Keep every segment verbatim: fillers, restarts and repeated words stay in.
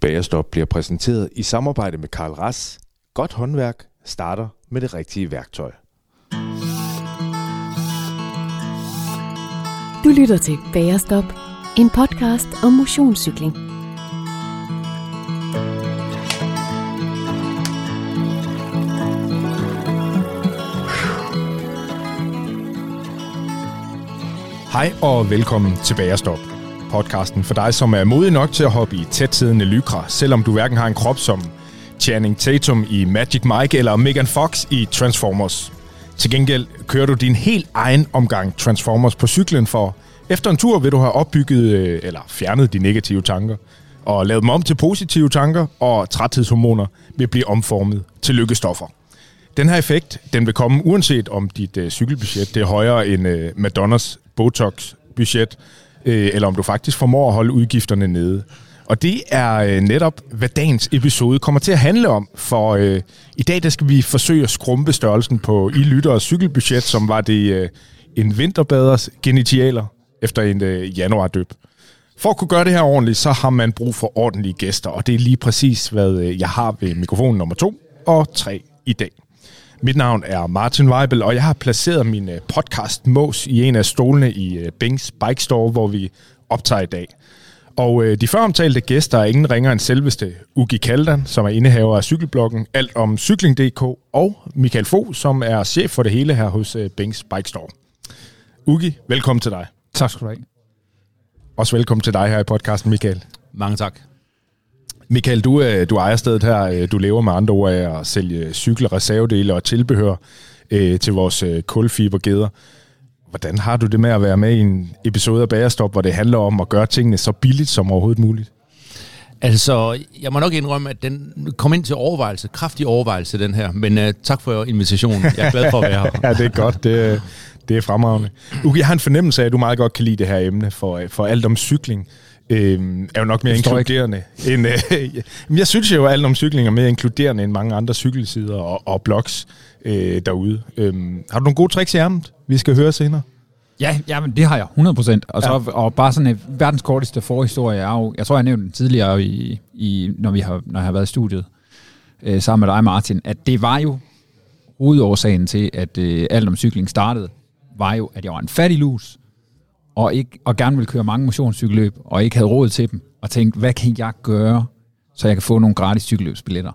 Bagerstop bliver præsenteret i samarbejde med Carl Ras. Godt håndværk starter med det rigtige værktøj. Du lytter til Bagerstop, en podcast om motionscykling. Hej og velkommen til Bagerstop. Podcasten for dig, som er modig nok til at hoppe i tætsiddende Lycra, selvom du hverken har en krop som Channing Tatum i Magic Mike eller Megan Fox i Transformers. Til gengæld kører du din helt egen omgang Transformers på cyklen, for efter en tur vil du have opbygget eller fjernet de negative tanker og lavet dem om til positive tanker, og træthedshormoner vil blive omformet til lykkestoffer. Den her effekt, den vil komme uanset om dit øh, cykelbudget det er højere end øh, Madonnas Botox-budget, øh, eller om du faktisk formår at holde udgifterne nede. Og det er øh, netop, hvad dagens episode kommer til at handle om, for øh, i dag der skal vi forsøge at skrumpe størrelsen på I lytteres cykelbudget, som var det øh, en vinterbaders genitialer efter en øh, januardøb. For at kunne gøre det her ordentligt, så har man brug for ordentlige gæster, og det er lige præcis, hvad øh, jeg har ved mikrofon nummer to og tre i dag. Mit navn er Martin Weibel, og jeg har placeret min podcast Mås i en af stolene i Bings Bike Store, hvor vi optager i dag. Og de føromtalte gæster er ingen ringere end selveste Ugi Kaldan, som er indehaver af cykelbloggen Alt om Cykling punktum d k, og Michael Fogh, som er chef for det hele her hos Bings Bike Store. Ugi, velkommen til dig. Tak skal du have. Også velkommen til dig her i podcasten, Michael. Mange tak. Michael, du, du ejer stedet her. Du lever med andre ord af at sælge cykelreservedele og tilbehør øh, til vores øh, kulfibergeder. Hvordan har du det med at være med i en episode af Bagerstop, hvor det handler om at gøre tingene så billigt som overhovedet muligt? Altså, jeg må nok indrømme, at den kom ind til overvejelse, kraftig overvejelse, den her. Men uh, tak for invitationen. Jeg er glad for at være her. Ja, det er godt. Det, det er fremragende. Ugi, jeg har en fornemmelse af, at du meget godt kan lide det her emne for, for alt om cykling. Øh, er jo nok mere inkluderende end, øh, jeg synes jo, at alt om cykling er mere inkluderende end mange andre cykelsider og, og blogs øh, derude. Øh, har du nogle gode tricks i ærmet, vi skal høre senere? Ja, jamen, det har jeg hundrede procent. Og, så, ja. og bare sådan en verdens korteste forhistorie er jo, jeg tror, jeg nævnte den tidligere, i, i, når, vi har, når jeg har været i studiet øh, sammen med dig, Martin, at det var jo hovedårsagen til, at øh, alt om cykling startede, var jo, at jeg var en fattig lus, og, ikke, og gerne ville køre mange motionscykelløb, og ikke havde råd til dem, og tænkte, hvad kan jeg gøre, så jeg kan få nogle gratis cykelløbsbilletter?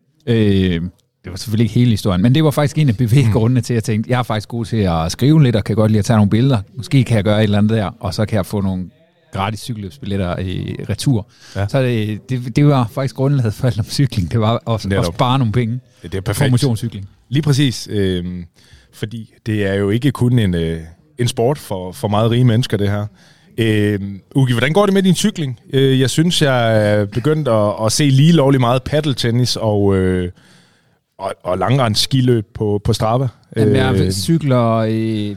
Øh, det var selvfølgelig ikke hele historien, men det var faktisk en af bevæggrundene til, at jeg tænkte, jeg er faktisk god til at skrive lidt, og kan godt lide at tage nogle billeder. Måske kan jeg gøre et eller andet der, og så kan jeg få nogle gratis cykelløbsbilletter i retur. Ja. Så det, det, det var faktisk grundlaget for alt om cykling. Det var også at spare nogle penge det, det er perfekt. For motionscykling. Lige præcis, øh, fordi det er jo ikke kun en... Øh En sport for, for meget rige mennesker, det her. Øh, Ugi, hvordan går det med din cykling? Øh, jeg synes, jeg er begyndt at, at se lige lovligt meget paddeltennis og, øh, og, og langrens skiløb på, på Strava. Jamen, jeg cykler øh,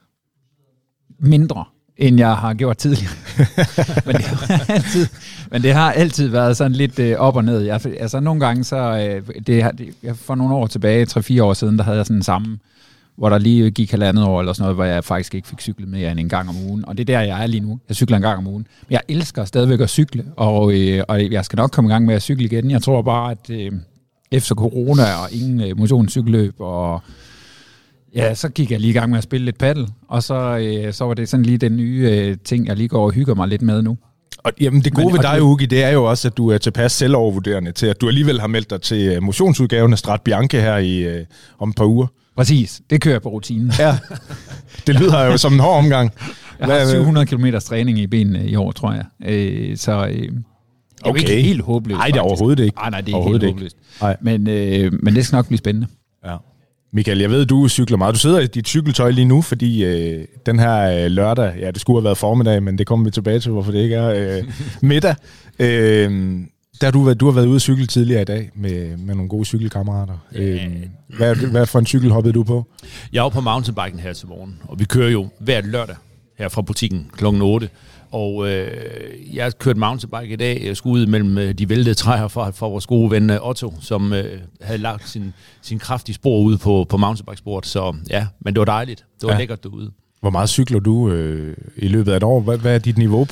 mindre, end jeg har gjort tidligere. men, det har altid, men det har altid været sådan lidt øh, op og ned. Jeg, altså, nogle gange, så øh, det, det, for nogle år tilbage, tre fire år siden, der havde jeg sådan en samme, hvor der lige gik halvandet år eller sådan noget, hvor jeg faktisk ikke fik cyklet mere end en gang om ugen. Og det er der, jeg er lige nu. Jeg cykler en gang om ugen. Men jeg elsker stadigvæk at cykle, og, øh, og jeg skal nok komme i gang med at cykle igen. Jeg tror bare, at øh, efter corona og ingen øh, motionscykelløb, og ja, så gik jeg lige i gang med at spille lidt paddel, og så, øh, så var det sådan lige den nye øh, ting, jeg lige går og hygger mig lidt med nu. Og jamen, det gode Men, ved dig, Ugi, det er jo også, at du er tilpas selvovervurderende til, at du alligevel har meldt dig til motionsudgaven af Strat Bianche her i, øh, om et par uger. Præcis, det kører jeg på rutinen. Ja, det lyder jo som en hård omgang. Jeg har syv hundrede kilometer træning i benene i år, tror jeg. Øh, så øh, det er okay. jo ikke helt håbløst. Nej, det er overhovedet ikke. Nej, nej, det er helt håbløst. Nej. Men, øh, men det skal nok blive spændende. Ja. Michael, jeg ved, du cykler meget. Du sidder i dit cykeltøj lige nu, fordi øh, den her øh, lørdag, ja, det skulle have været formiddag, men det kommer vi tilbage til, hvorfor det ikke er øh, middag. Øh, Der du, du har været ude at cykle tidligere i dag med, med nogle gode cykelkammerater. Ja. Øhm, hvad, hvad for en cykel hoppede du på? Jeg var på mountainbiken her til morgen, og vi kører jo hver lørdag her fra butikken klokken otte. Og øh, jeg har kørt mountainbike i dag. Jeg skulle ud mellem de væltede træer fra, fra vores gode ven Otto, som øh, havde lagt sin, sin kraftige spor ude på, på mountainbikesporet. Så ja, men det var dejligt. Det var ja. lækkert derude. Hvor meget cykler du øh, i løbet af et år? Hvad, hvad er dit niveau på?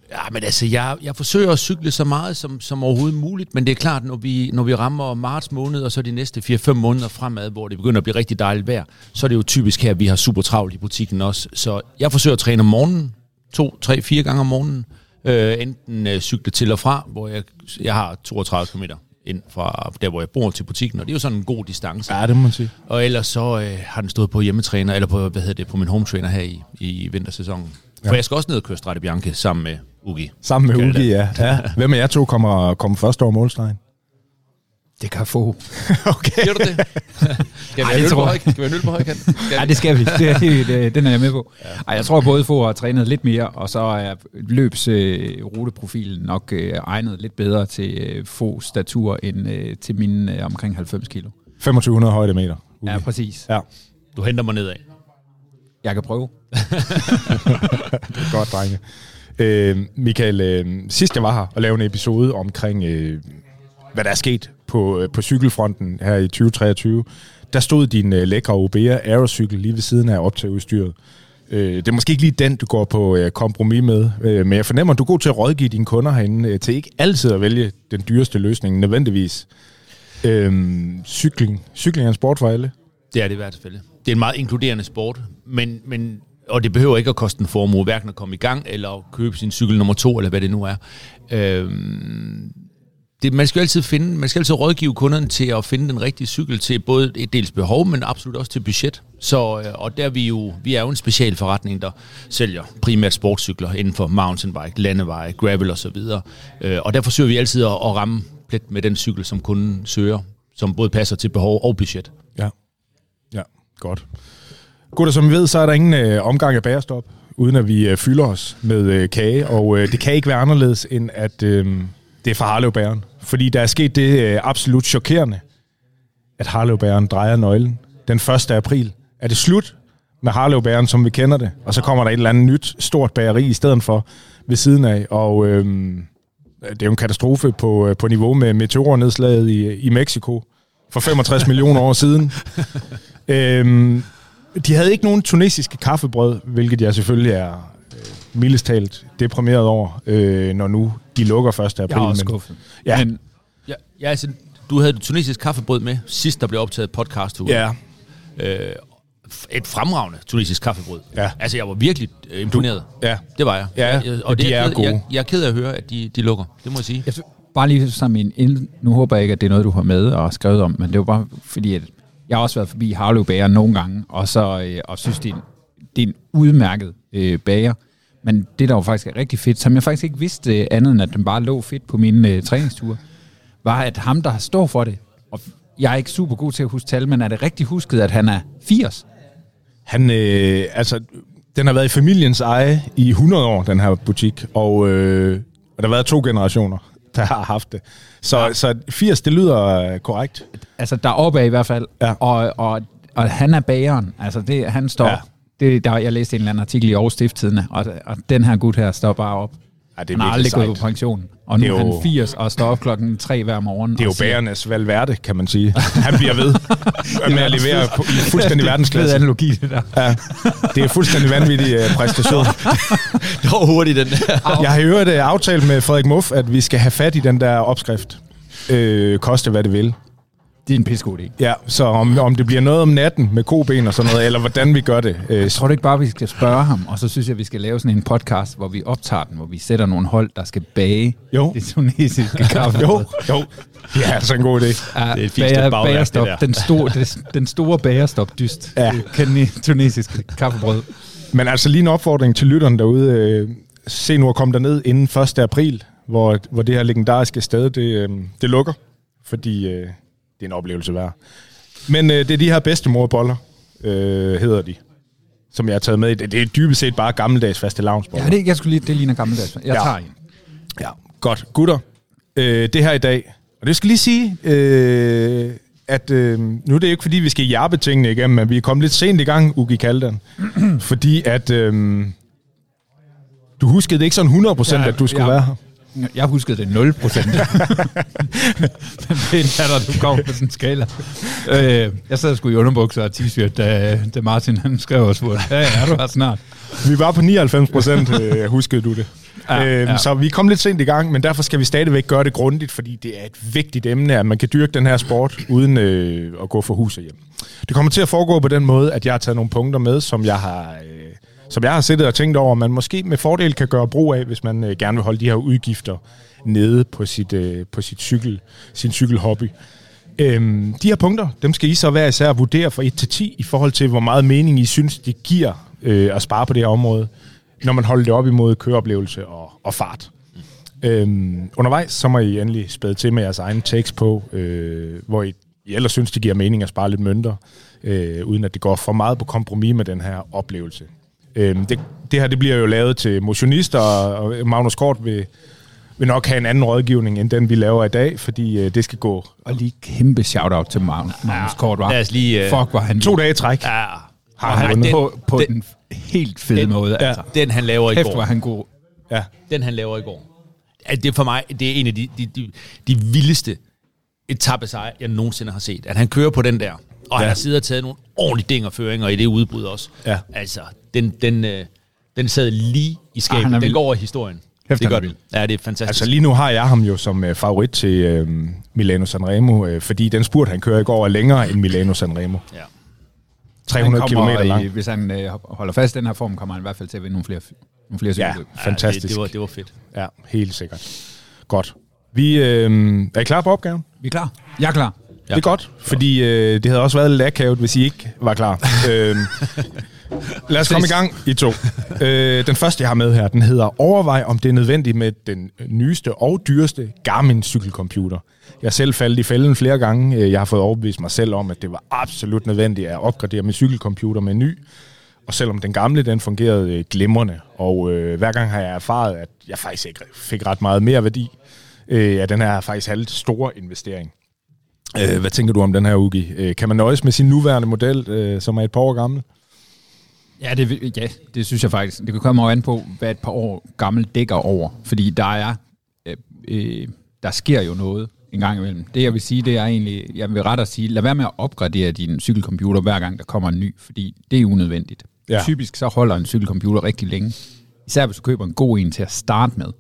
Ja, men altså, jeg, jeg forsøger at cykle så meget som, som overhovedet muligt, men det er klart, når vi, når vi rammer marts måned, og så de næste fire fem måneder fremad, hvor det begynder at blive rigtig dejligt vejr, så er det jo typisk her, at vi har super travlt i butikken også. Så jeg forsøger at træne om morgenen, to, tre, fire gange om morgenen, øh, enten øh, cykle til og fra, hvor jeg, jeg har toogtredive kilometer ind fra der, hvor jeg bor, til butikken, og det er jo sådan en god distance. Ja, det må man sige. Og ellers så øh, har den stået på hjemmetræner, eller på, hvad hedder det, på min home trainer her i, i vintersæsonen. Ja. For jeg skal også ned og køre Strade Bianche sammen med Ugi. Sammen med Ugi, ja. ja. Hvem af jer to kommer, kommer først over målstregen? Det kan få. Okay. Gør du det? Skal vi have øl på højkant? Skal vi have øl på højkant? Nej, det skal vi. Det er, det, den er jeg med på. Ja. Ej, jeg tror, at både få har trænet lidt mere, og så er løbsruteprofilen øh, nok øh, egnet lidt bedre til øh, få statur end øh, til mine øh, omkring halvfems kilo. femogtyve hundrede højdemeter. Ugi. Ja, præcis. Ja. Du henter mig nedad. Jeg kan prøve. Godt, drenge. Øh, Michael, øh, sidst jeg var her og lavede en episode omkring, øh, hvad der er sket på, øh, på cykelfronten her i tyve treogtyve, der stod din øh, lækre Ubea Aerocykel lige ved siden af optageudstyret. Øh, det er måske ikke lige den, du går på øh, kompromis med, øh, men jeg fornemmer, at du er god til at rådgive dine kunder herinde, øh, til ikke altid at vælge den dyreste løsning, nødvendigvis. Øh, cykling. Cykling er en sport for alle. Det er det i hvert fald. Det er en meget inkluderende sport, men, men, og det behøver ikke at koste en formue, hverken at komme i gang, eller at købe sin cykel nummer to, eller hvad det nu er. Øhm, det, man skal altid finde, man skal altid rådgive kunderne til at finde den rigtige cykel til både et dels behov, men absolut også til budget. Så, og der er vi jo, vi er jo en special forretning, der sælger primært sportscykler inden for mountainbike, landeveje, gravel og så videre. Og der forsøger vi altid at, at ramme plet med den cykel, som kunden søger, som både passer til behov og budget. Ja. Ja, godt. Gutter, som vi ved, så er der ingen øh, omgang af bagerstop, uden at vi øh, fylder os med øh, kage, og øh, det kan ikke være anderledes, end at øh, det er fra Harlevbæren. Fordi der er sket det øh, absolut chokerende, at Harlevbæren drejer nøglen. Den første april er det slut med Harlevbæren, som vi kender det, og så kommer der et eller andet nyt stort bageri i stedet for ved siden af, og øh, det er jo en katastrofe på, på niveau med meteornedslaget i, i Mexico for femogtres millioner år siden. Øhm, de havde ikke nogen tunesiske kaffebrød, hvilket jeg selvfølgelig er øh, mildest talt deprimeret over, øh, når nu de lukker første april. Jeg er også skuffet. Ja. Men, ja, ja, altså, du havde tunesisk kaffebrød med sidst, der blev optaget podcast uge. Ja. Øh, et fremragende tunesisk kaffebrød. Ja. Altså, jeg var virkelig øh, imponeret. Du, ja. Det var jeg. Ja, jeg og og det de er jeg, gode. Jeg, jeg er ked af at høre, at de, de lukker. Det må jeg sige. Jeg, bare lige som en ind, nu håber jeg ikke, at det er noget, du har med og skrevet om, men det var bare fordi, at jeg har også været forbi Harlevbæren nogle gange, og så øh, og synes, det er en, det er en udmærket øh, bager. Men det, der var faktisk er rigtig fedt, som jeg faktisk ikke vidste øh, andet, end at den bare lå fedt på mine øh, træningsture, var, at ham, der står for det, og jeg er ikke super god til at huske tal, men er det rigtig husket, at han er firs? Han, øh, altså, den har været i familiens eje i hundrede år, den her butik, og, øh, og der har været to generationer, der har haft det. Så, ja. så firs, det lyder korrekt. Altså, der er oppe i hvert fald, ja. og, og, og han er bageren. Altså, det, han står... Ja. Det, der, jeg læste en eller anden artikel i Aarhus Stiftstidende, og, og den her gut her står bare op. Ja, det er han har aldrig sejt. Gået på pension. Og nu er han firs og står op klokken tre hver morgen. Det er jo bærernes Valverde, kan man sige. Han bliver ved med at levere på, i fuldstændig verdensklasse. Det er analogi, det der. Ja, det er fuldstændig vanvittig uh, præstation. Det var hurtigt, den der. Jeg har jo hørt uh, aftalt med Frederik Muff, at vi skal have fat i den der opskrift. Øh, koste hvad det vil. Det er en pissegod idé. Ja, så om, om det bliver noget om natten med koben og sådan noget, eller hvordan vi gør det. Jeg tror ikke bare, vi skal spørge ham, og så synes jeg, vi skal lave sådan en podcast, hvor vi optager den, hvor vi sætter nogle hold, der skal bage jo. det tunesiske kaffe. jo, jo. Ja, altså en god idé. Ja, det er et fint bager, bagerstop, den, store, det, den store bagerstop-dyst. Ja. Kende tunesiske kaffebrød. Men altså lige en opfordring til lytterne derude. Se nu at komme derned inden første april, hvor, hvor det her legendariske sted, det, det lukker. Fordi... Det er en oplevelse værd. Men øh, det er de her bedstemorboller, øh, hedder de, som jeg har taget med i. Det, det er dybest set bare gammeldags fastelavnsboller. Ja, det, jeg skulle lige, det ligner gammeldags. Jeg ja. tager en. Ja, godt. Gutter, øh, det her i dag. Og det skal lige sige, øh, at øh, nu er det ikke fordi, vi skal hjerpe tingene igennem, men vi er kommet lidt sent i gang, Ugi Kaldan. fordi at øh, du huskede ikke sådan hundrede procent, ja, at du skulle ja. være her. Jeg huskede det nul procent. Men det er der, du kom på sådan en skala. Øh, jeg sad sgu i underbukser og t-shirt, da, da Martin han skrev og spurgte, ja, ja, du har snart. Vi var på nioghalvfems procent, øh, huskede du det. Ja, øhm, ja. Så vi kom lidt sent i gang, men derfor skal vi stadigvæk gøre det grundigt, fordi det er et vigtigt emne, at man kan dyrke den her sport, uden øh, at gå for hus og hjem. Det kommer til at foregå på den måde, at jeg har taget nogle punkter med, som jeg har... Øh, som jeg har siddet og tænkt over, man måske med fordel kan gøre brug af, hvis man øh, gerne vil holde de her udgifter nede på, sit, øh, på sit cykel, sin cykelhobby. Øhm, de her punkter, dem skal I så hver især vurdere fra et til ti i forhold til, hvor meget mening I synes, det giver øh, at spare på det her område, når man holder det op imod køreoplevelse og, og fart. Mm. Øhm, undervejs, så må I endelig spæde til med jeres egne takes på, øh, hvor I, I ellers synes, det giver mening at spare lidt mønter, øh, uden at det går for meget på kompromis med den her oplevelse. Øhm, det, det her det bliver jo lavet til motionister, og Magnus Kort vil, vil nok have en anden rådgivning, end den vi laver i dag, fordi øh, det skal gå. Og lige kæmpe shout-out til Magnus, Magnus ja, Kort, var. Lad os lige... Uh... Fuck, var han... To dage i træk. Ja. Har han han den, på, på den, den helt fede den, måde. Ja. Altså. Den, han laver i Kæft, går. var han god. Ja. Den, han laver i går. Det er for mig, det er en af de, de, de, de vildeste etapesejre, jeg nogensinde har set. At han kører på den der, og ja. han har siddet og taget nogle ordentlige dingerføringer i det udbrud også. Ja. Altså, den, den, øh, den sad lige i skabet. Ah, den går over i historien. Hæft, det gør den. Ja, det er fantastisk. Altså lige nu har jeg ham jo som øh, favorit til øh, Milano Sanremo, øh, fordi den spurt, han kører i går, er længere end Milano Sanremo. Ja. tre hundrede kilometer lang. Hvis han øh, holder fast i den her form, kommer han i hvert fald til at vinde nogle flere, nogle flere cykelløb. Ja, fantastisk. Ja, det, det, var, det var fedt. Ja, helt sikkert. Godt. Vi, øh, er I klar på opgaven? Vi er klar. Jeg er klar. Det er godt, fordi øh, det havde også været lidt akavet, hvis I ikke var klar. øh, lad os komme i gang, I to. Øh, den første, jeg har med her, den hedder Overvej, om det er nødvendigt med den nyeste og dyreste Garmin cykelcomputer. Jeg selv faldt i fælden flere gange. Jeg har fået overbevist mig selv om, at det var absolut nødvendigt at opgradere min cykelcomputer med en ny. Og selvom den gamle, den fungerede øh, glimrende. Og øh, hver gang har jeg erfaret, at jeg faktisk ikke fik ret meget mere værdi øh, af den her faktisk halvt store investering. Øh, hvad tænker du om den her, Ugi? Øh, kan man nøjes med sin nuværende model, øh, som er et par år gammel? Ja, det, ja, det synes jeg faktisk. Det kan komme an på, hvad et par år gammel dækker over. Fordi der er, øh, øh, der sker jo noget en gang imellem. Det jeg vil sige, det er egentlig, jeg vil ret at sige, lad være med at opgradere din cykelcomputer hver gang der kommer en ny, fordi det er unødvendigt. Ja. Typisk så holder en cykelcomputer rigtig længe. Især hvis du køber en god en til at starte med.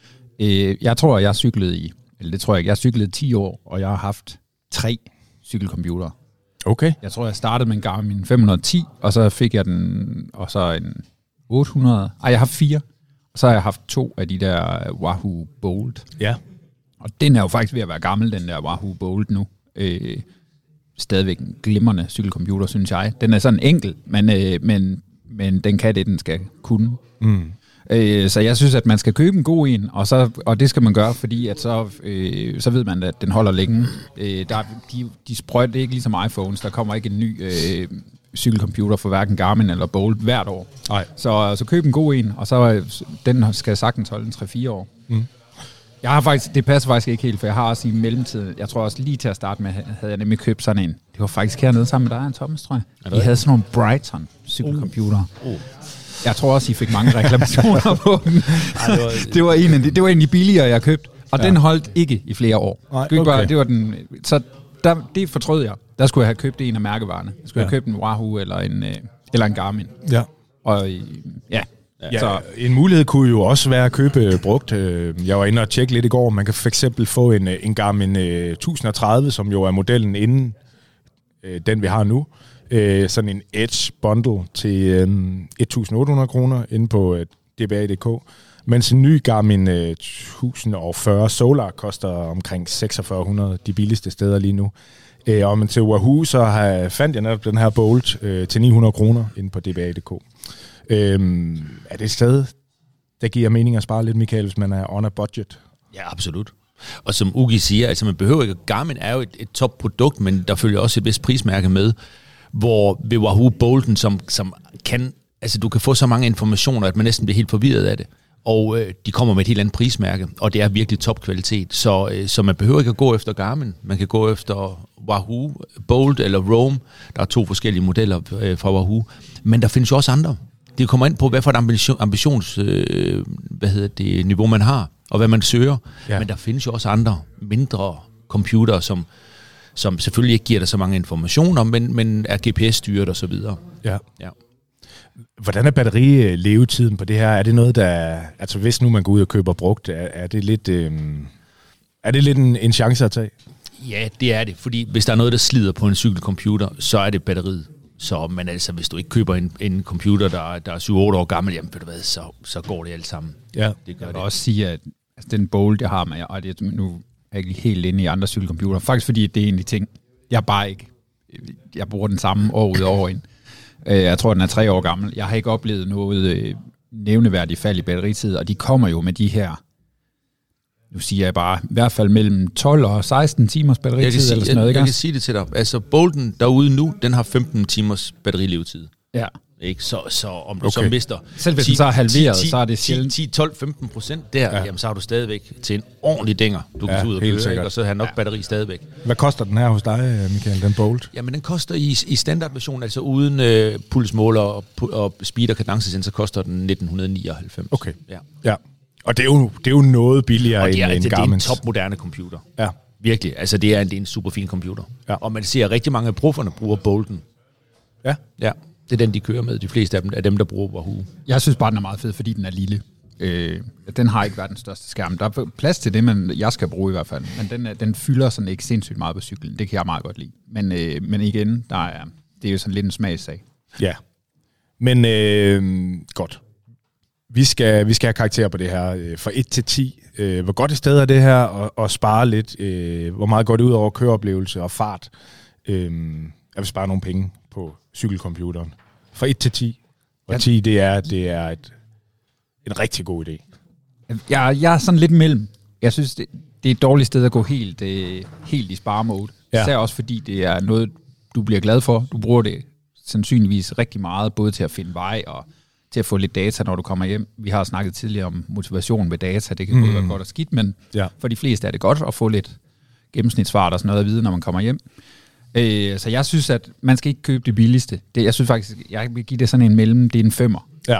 Øh, jeg tror, jeg cyklede i, eller det tror jeg ikke, jeg cyklede ti år, og jeg har haft tre cykelcomputere. Okay. Jeg tror, jeg startede med en Garmin fem hundrede og ti, og så fik jeg den, og så en otte hundrede. Ej, jeg har haft fire. Og så har jeg haft to af de der Wahoo Bold. Ja. Og den er jo faktisk ved at være gammel, den der Wahoo Bold nu. Øh, stadigvæk en glimrende cykelcomputer, synes jeg. Den er sådan enkel, men, øh, men, men den kan det, den skal kunne. Mm. Øh, så jeg synes, at man skal købe en god en, og, så, og det skal man gøre, fordi at så, øh, så ved man, at den holder længe. Øh, der, de, de sprøjter ikke ligesom iPhones, der kommer ikke en ny øh, cykelcomputer for hverken Garmin eller Bolt hvert år. Nej. Så, så køb en god en, og så den skal sagtens holde en tre fire år. Mm. Jeg har faktisk, det passer faktisk ikke helt, for jeg har også i mellemtiden, jeg tror også lige til at starte med, havde jeg nemlig købt sådan en. Det var faktisk hernede sammen med dig, Thomas, tror jeg. Vi havde sådan nogle Brighton cykelcomputere. Uh. Uh. Jeg tror også, I fik mange reklamationer på den. Ej, det, var, det, var en af de, det var en af de billigere, jeg købte. Og ja. Den holdt ikke i flere år. Nej, okay. bare, det var den, så der, det fortrød jeg. Der skulle jeg have købt en af mærkevarerne. Jeg skulle ja. have købt en Wahoo eller en, eller en Garmin. Ja. Og ja. Ja, så en mulighed kunne jo også være at købe brugt. Jeg var inde og tjekke lidt i går. Man kan for eksempel få en, en Garmin tusind og tredive, som jo er modellen inden den, vi har nu. Sådan en Edge bundle til tusind otte hundrede kroner inde på d b a punktum d k. Mens en ny Garmin tusind og fyrre Solar koster omkring seksogfyrre hundrede, de billigste steder lige nu. Og men til Wahoo, så har, fandt jeg netop den her Bolt til ni hundrede kroner inde på d b a punktum d k. Øhm, er det et sted, der giver mening at spare lidt, Michael, hvis man er on a budget? Ja, absolut. Og som Ugi siger, altså man behøver ikke, Garmin er jo et, et top-produkt, men der følger også et vist prismærke med, hvor ved Wahoo Bolten, som, som kan, altså du kan få så mange informationer, at man næsten bliver helt forvirret af det. Og øh, de kommer med et helt andet prismærke, og det er virkelig topkvalitet. Så, øh, så man behøver ikke at gå efter Garmin. Man kan gå efter Wahoo, Bolt eller Roam. Der er to forskellige modeller øh, fra Wahoo. Men der findes jo også andre. Det kommer ind på, hvad for et ambition, ambitions, øh, hvad hedder det, niveau man har. og hvad man søger. Ja. Men der findes jo også andre mindre computere, som, som selvfølgelig ikke giver dig så mange informationer, men, men er G P S-styret og så videre. Ja. Ja. Hvordan er batterilevetiden på det her? Er det noget, der... Altså, hvis nu man går ud og køber brugt, er, er det lidt... Øh, er det lidt en, en chance at tage? Ja, det er det, fordi hvis der er noget, der slider på en cykelcomputer, så er det batteriet. Så, men altså, hvis du ikke køber en, en computer, der, der er syv otte år gammel, jamen, ved du hvad, så, så går det alt sammen. Ja. Det gør Jeg vil det. også sige, at altså, den Bolt, jeg har med, og det, nu er jeg ikke helt inde i andre cykelcomputere, faktisk fordi det er en af de ting, jeg bare ikke... Jeg bruger den samme år ud af år ind. Jeg tror, den er tre år gammel. Jeg har ikke oplevet noget øh, nævneværdigt fald i batteritid, og de kommer jo med de her, nu siger jeg bare, i hvert fald mellem tolv og seksten timers batteritid. Jeg kan, sige, eller sådan noget, jeg, ikke? jeg kan sige det til dig. Altså, Bolten derude nu, den har femten timers batterilevetid. Ja. Ikke? Så, så om du Okay. så mister Selv hvis ti, den så er halveret, ti, så er det ti, sjældent. ti, tolv, femten procent der, Ja. ja. Jamen, så har du stadigvæk til en ordentlig dænger, du kan Ja, tage ud og helt køre, sikkert. ikke? Og så har nok ja. batteri stadigvæk. Hvad koster den her hos dig, Michael, den Bolt? Jamen, den koster i, i standardversion, altså uden øh, pulsmåler og, pu- og speed- og kadencesensor, koster den nitten nioghalvfems. Okay. Ja. Ja. Og det er jo, det er jo noget billigere Og det er, end en det, det er en Garmin. topmoderne computer. Ja. Virkelig. Altså, det er en, det er en super fin computer. Ja. Og man ser, at rigtig mange af profferne bruger Bolten. Ja. Ja, det er den, de kører med. De fleste af dem er dem, der bruger Wahoo. Jeg synes bare, den er meget fed, fordi den er lille. Øh, den har ikke verdens største skærm. Der er plads til det, men jeg skal bruge i hvert fald. Men den, er- den fylder sådan ikke sindssygt meget på cyklen. Det kan jeg meget godt lide. Men, øh, men igen, der er, det er jo sådan lidt en smagssag. Ja. Men øh, godt. Vi skal, vi skal have karakter på det her. Øh, Fra et til ti. Øh, hvor godt et sted er det her, og, og spare lidt. Øh, hvor meget går det ud over køreoplevelse og fart? Øh, jeg vil spare nogle penge på cykelcomputeren. Fra et til ti. Og Ja. ti, det er, det er et, en rigtig god idé. Jeg, jeg er sådan lidt mellem. Jeg synes, det, det er et dårligt sted at gå helt, øh, helt i sparemode. Ja. Især også fordi det er noget, du bliver glad for. Du bruger det sandsynligvis rigtig meget, både til at finde vej og til at få lidt data, når du kommer hjem. Vi har snakket tidligere om motivation med data. Det kan både Mm. være godt og skidt, men Ja. for de fleste er det godt at få lidt gennemsnitsfart og sådan noget at vide, når man kommer hjem. Øh, så jeg synes, at man skal ikke købe det billigste. Det, jeg synes faktisk, jeg vil give det sådan en mellem. Det er en femmer. Ja.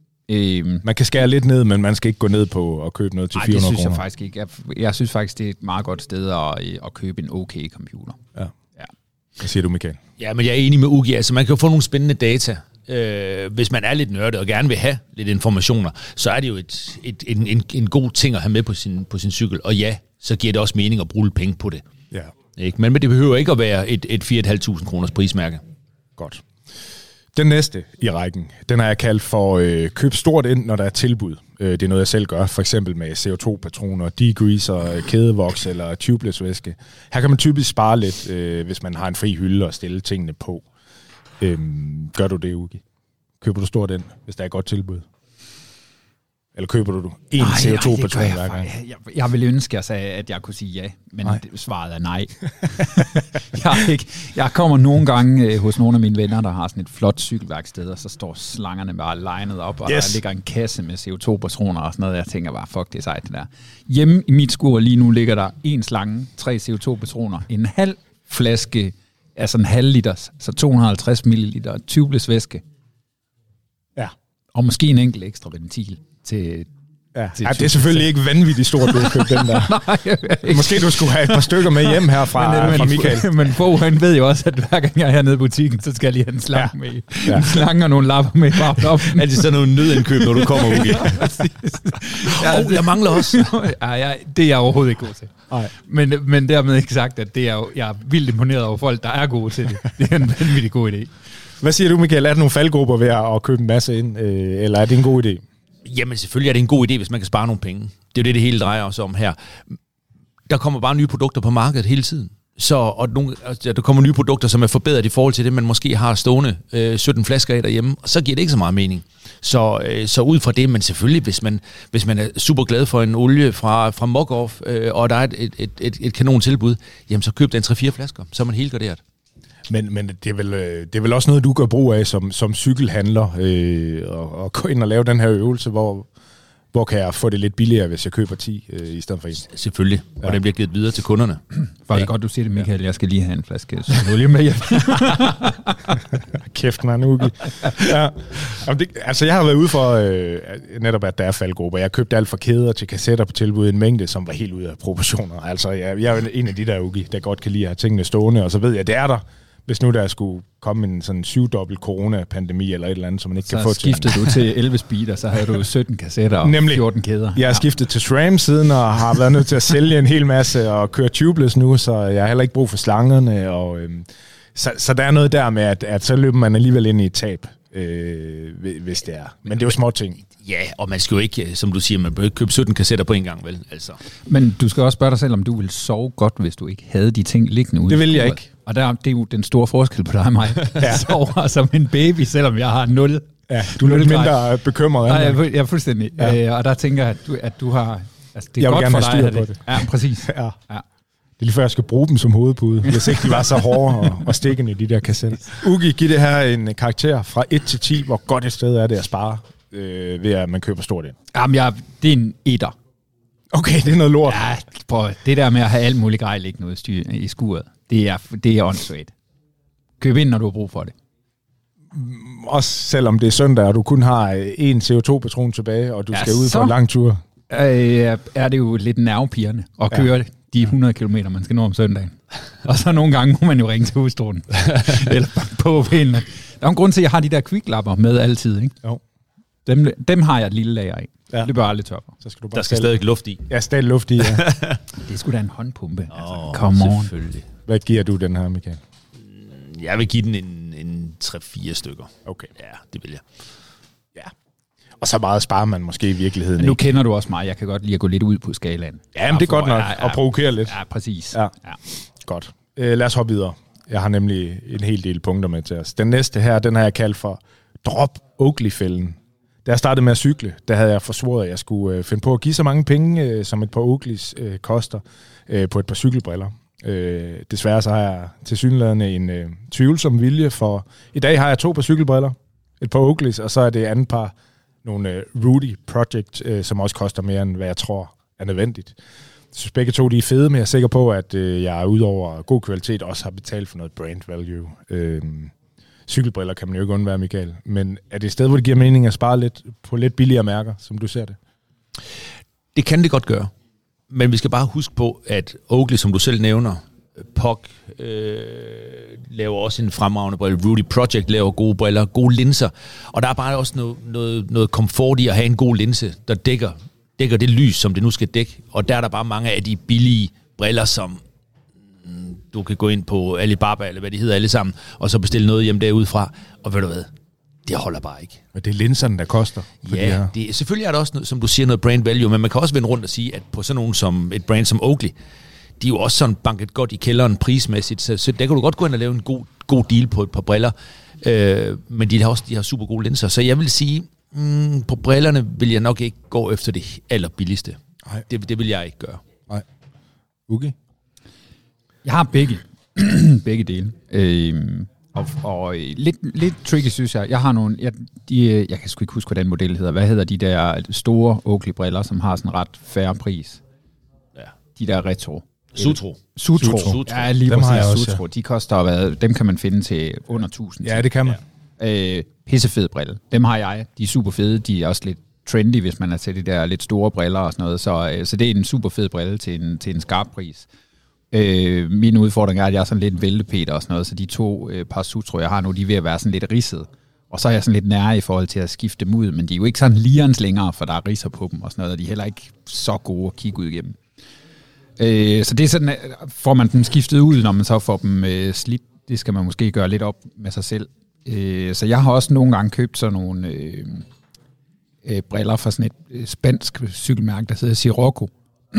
Øh, Man kan skære lidt ned, men man skal ikke gå ned på at købe noget til Nej, fire det hundrede synes jeg kroner. faktisk ikke. Jeg, jeg synes faktisk, det er et meget godt sted at, at købe en okay computer. Ja. Ja. Hvad siger du, Michael? Ja, men jeg er enig med Ugi. Altså, man kan jo få nogle spændende data. Øh, hvis man er lidt nørdet og gerne vil have lidt informationer, så er det jo et, et, en, en, en god ting at have med på sin, på sin cykel. Og ja, så giver det også mening at bruge lidt penge på det. Ja. Ikke? Men, men det behøver ikke at være et, et fire tusind fem hundrede kroners prismærke. Godt. Den næste i rækken, den har jeg kaldt for øh, køb stort ind, når der er tilbud. Øh, det er noget, jeg selv gør, for eksempel med C O to patroner, degreaser, kædevoks eller tubeless væske. Her kan man typisk spare lidt, øh, hvis man har en fri hylde og stille tingene på. Øh, gør du det, Ugi? Køber du stort ind, hvis der er et godt tilbud? Eller køber du en C O to patron hver gang? Jeg, jeg, jeg ville ønske, jeg sagde, at jeg kunne sige ja, men Nej. det, svaret er nej. jeg, er ikke, jeg kommer nogle gange øh, hos nogle af mine venner, der har sådan et flot cykelværksted, og så står slangerne bare legnet op, og Yes. der ligger en kasse med C O to patroner og sådan noget. Jeg tænker bare, fuck, det er sejt det der. Hjemme i mit skur lige nu ligger der en slange, tre C O to patroner, en halv flaske, altså en halv liters, så to hundrede og halvtreds milliliter tubeless væske, Ja. og måske en enkelt ekstra ventil til... Ja. til Ja, det er selvfølgelig ikke vanvittigt stort, du har købt den der. Nej, Måske du skulle have et par stykker med hjem her fra, men, fra men, Michael. Men Bo, han ved jo også, at hver gang jeg er hernede i butikken, så skal jeg lige have en slange Ja. med. Ja. En slange og nogle lapper med bare op. Er det sådan noget nødindkøb, når du kommer, Ugi? Ja, oh, jeg mangler også. ja, jeg, det er jeg overhovedet ikke god til. Nej. Men, men dermed ikke sagt, at det er jo, jeg er vildt imponeret over folk, der er gode til det. Det er en vanvittig god idé. Hvad siger du, Michael? Er der nogle faldgrupper ved at købe en masse ind, øh, eller er det en god idé? Jamen selvfølgelig er det en god idé, hvis man kan spare nogle penge. Det er jo det, det hele drejer sig om her. Der kommer bare nye produkter på markedet hele tiden. Så, og nogle, altså, der kommer nye produkter, som er forbedret i forhold til det, man måske har stående øh, sytten flasker af derhjemme, og så giver det ikke så meget mening. Så, øh, så ud fra det, men selvfølgelig, hvis man, hvis man er super glad for en olie fra, fra Mokoff, øh, og der er et, et, et, et, et kanon tilbud, jamen så køb den tre fire flasker, så er man helt garderet. Men, men det, er vel, øh, det er vel også noget, du gør brug af som, som cykelhandler, øh, og, og gå ind og lave den her øvelse, hvor, hvor kan jeg få det lidt billigere, hvis jeg køber ti øh, i stedet for en? Selvfølgelig, og ja. Den bliver givet videre til kunderne. Faktisk ja. Godt, du siger det, Michael. Jeg skal lige have en flaske olie med hjem. Kæft, man, Ugi. Ja. Det, altså, jeg har været ude for øh, netop, at der er faldgrupper. Jeg købte alt fra kæder til kassetter på tilbud, en mængde, som var helt ude af proportioner. Altså, jeg, jeg er en af de der, Ugi, der godt kan lide at have tingene stående, og så ved jeg, at det er der. Hvis nu der skulle komme en sådan syvdobbelt coronapandemi eller et eller andet, som man ikke så kan få til. Så skiftede du til elleve speed, og så havde du sytten kassetter og Nemlig, fjorten kæder. Jeg har skiftet til SRAM siden, og har været nødt til at sælge en hel masse og køre tubeless nu, så jeg har heller ikke brug for slangerne. Og, øhm, så, så der er noget der med, at, at så løber man alligevel ind i et tab, øh, hvis det er. Men det er jo små ting. Ja, og man skal jo ikke, som du siger, man bør ikke købe sytten kassetter på en gang, vel? Altså. Men du skal også spørge dig selv, om du ville sove godt, hvis du ikke havde de ting liggende ude. Det vil jeg ikke. Og der, det er jo den store forskel på dig og mig. Ja. Jeg sover som en baby, selvom jeg har nul. Ja, du er lidt mindre bekymret. Nej, jeg, jeg er fuldstændig. Ja. Øh, og der tænker jeg, at du, at du har... Altså, det er jeg godt vil gerne for have dig, styr på det. det. Ja, præcis. Ja. Ja. Det er lige før, jeg skal bruge dem som hovedpude, hvis ikke de var så hårde og, og stikkende i de der kassetter. Ugi, giv det her en karakter fra et til ti. Hvor godt et sted er det at spare, øh, ved at man køber stort ind? Jamen, jeg, det er en etter. Okay, det er noget lort. Ja, prøv, det der med at have alt muligt grej liggende ude i skuret, det er, det er åndssvagt. Køb ind, når du har brug for det. Også selvom det er søndag, og du kun har en C O to patron tilbage, og du ja, skal ud på en lang tur. Øh, er det jo lidt nervepirrende at køre ja. De hundrede kilometer, man skal nå om søndagen. Og så nogle gange må man jo ringe til hustruen. Eller på pælen. Der er en grund til, at jeg har de der kviklapper med altid. Ikke? Jo. Dem, dem har jeg et lille lager af. Ja. Det bør aldrig tørre for. Så skal du bare der skal stadig luft i. Ja, stadig luft i, ja. Det er sgu da en håndpumpe. Oh, altså, come on. Selvfølgelig. Hvad giver du den her, Michael? Jeg vil give den en, en tre fire stykker. Okay. Ja, det vil jeg. Ja. Og så meget sparer man måske i virkeligheden. Men nu ikke. kender du også mig. Jeg kan godt lide at gå lidt ud på skalaen. Ja, men det er godt nok. Ja, ja, at provokere lidt. Ja, præcis. Ja. Ja. Godt. Øh, lad os hoppe videre. Jeg har nemlig en hel del punkter med til os. Den næste her, den har jeg kaldt for Drop Oakley-fælden. Da jeg startede med at cykle, der havde jeg forsvoret, at jeg skulle øh, finde på at give så mange penge, øh, som et par Oakleys øh, koster, øh, på et par cykelbriller. Øh, desværre så har jeg tilsyneladende en øh, tvivlsom vilje, for i dag har jeg to par cykelbriller, et par Oakleys, og så er det andet par nogle øh, Rudy Project, øh, som også koster mere, end hvad jeg tror er nødvendigt. Jeg synes begge to, de er fede, men jeg er sikker på, at øh, jeg udover god kvalitet også har betalt for noget brand value. Øh, cykelbriller kan man jo ikke undvære, Michael. Men er det et sted, hvor det giver mening at spare lidt på lidt billigere mærker, som du ser det? Det kan det godt gøre. Men vi skal bare huske på, at Oakley, som du selv nævner, P O C øh, laver også en fremragende brille, Rudy Project laver gode briller, gode linser, og der er bare også noget, noget, noget komfort i at have en god linse, der dækker, dækker det lys, som det nu skal dække, og der er der bare mange af de billige briller, som mm, du kan gå ind på Alibaba, eller hvad de hedder alle sammen, og så bestille noget hjem derudefra, og ved du hvad, det holder bare ikke. Og det er linserne, der koster. Ja, de det, selvfølgelig er der også, noget, som du siger, noget brand value, men man kan også vende rundt og sige, at på sådan nogen som et brand som Oakley, de er jo også sådan banket godt i kælderen prismæssigt, så, så der kan du godt gå ind og lave en god, god deal på et par briller, øh, men de har også de har super gode linser, så jeg vil sige, mm, på brillerne vil jeg nok ikke gå efter det allerbilligste. Det, det vil jeg ikke gøre. Nej. Ugi? Jeg har begge, begge dele. Øhm, og og lidt, lidt tricky, synes jeg. Jeg har nogle, jeg, de, jeg kan sgu ikke huske, hvad den model hedder. Hvad hedder de der store Oakley-briller, som har sådan ret færre pris? Ja. De der retro. Sutro. Sutro. Sutro. Ja, lige dem præcis. Har jeg også, Sutro. De koster, hvad, dem kan man finde til under tusind. Ja, det kan man. Ja. Øh, pissefed brille. Dem har jeg. De er super fede. De er også lidt trendy, hvis man er til de der lidt store briller og sådan noget. Så, øh, så det er en super fed brille til en, til en skarp pris. Øh, min udfordring er, at jeg er sådan lidt væltepeter og sådan noget, så de to øh, par Sutro, jeg har nu, de er ved at være sådan lidt ridset. Og så er jeg sådan lidt nær i forhold til at skifte dem ud, men de er jo ikke sådan lierens længere, for der er ridser på dem og sådan noget, og de er heller ikke så gode at kigge ud igennem. Øh, så det er sådan, får man dem skiftet ud, når man så får dem øh, slidt, det skal man måske gøre lidt op med sig selv. Øh, så jeg har også nogle gange købt sådan nogle øh, øh, briller fra sådan et øh, spansk cykelmærke, der hedder Sirocco.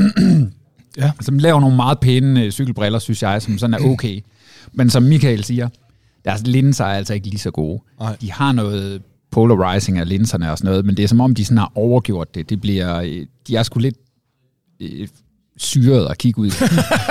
Ja. Som laver nogle meget pæne øh, cykelbriller, synes jeg, som sådan er okay. Men som Michael siger, deres linser er altså ikke lige så gode. Nej. De har noget polarizing af linserne og sådan noget, men det er som om, de sådan har overgjort det. Det bliver, øh, de er sgu lidt øh, syret at kigge ud.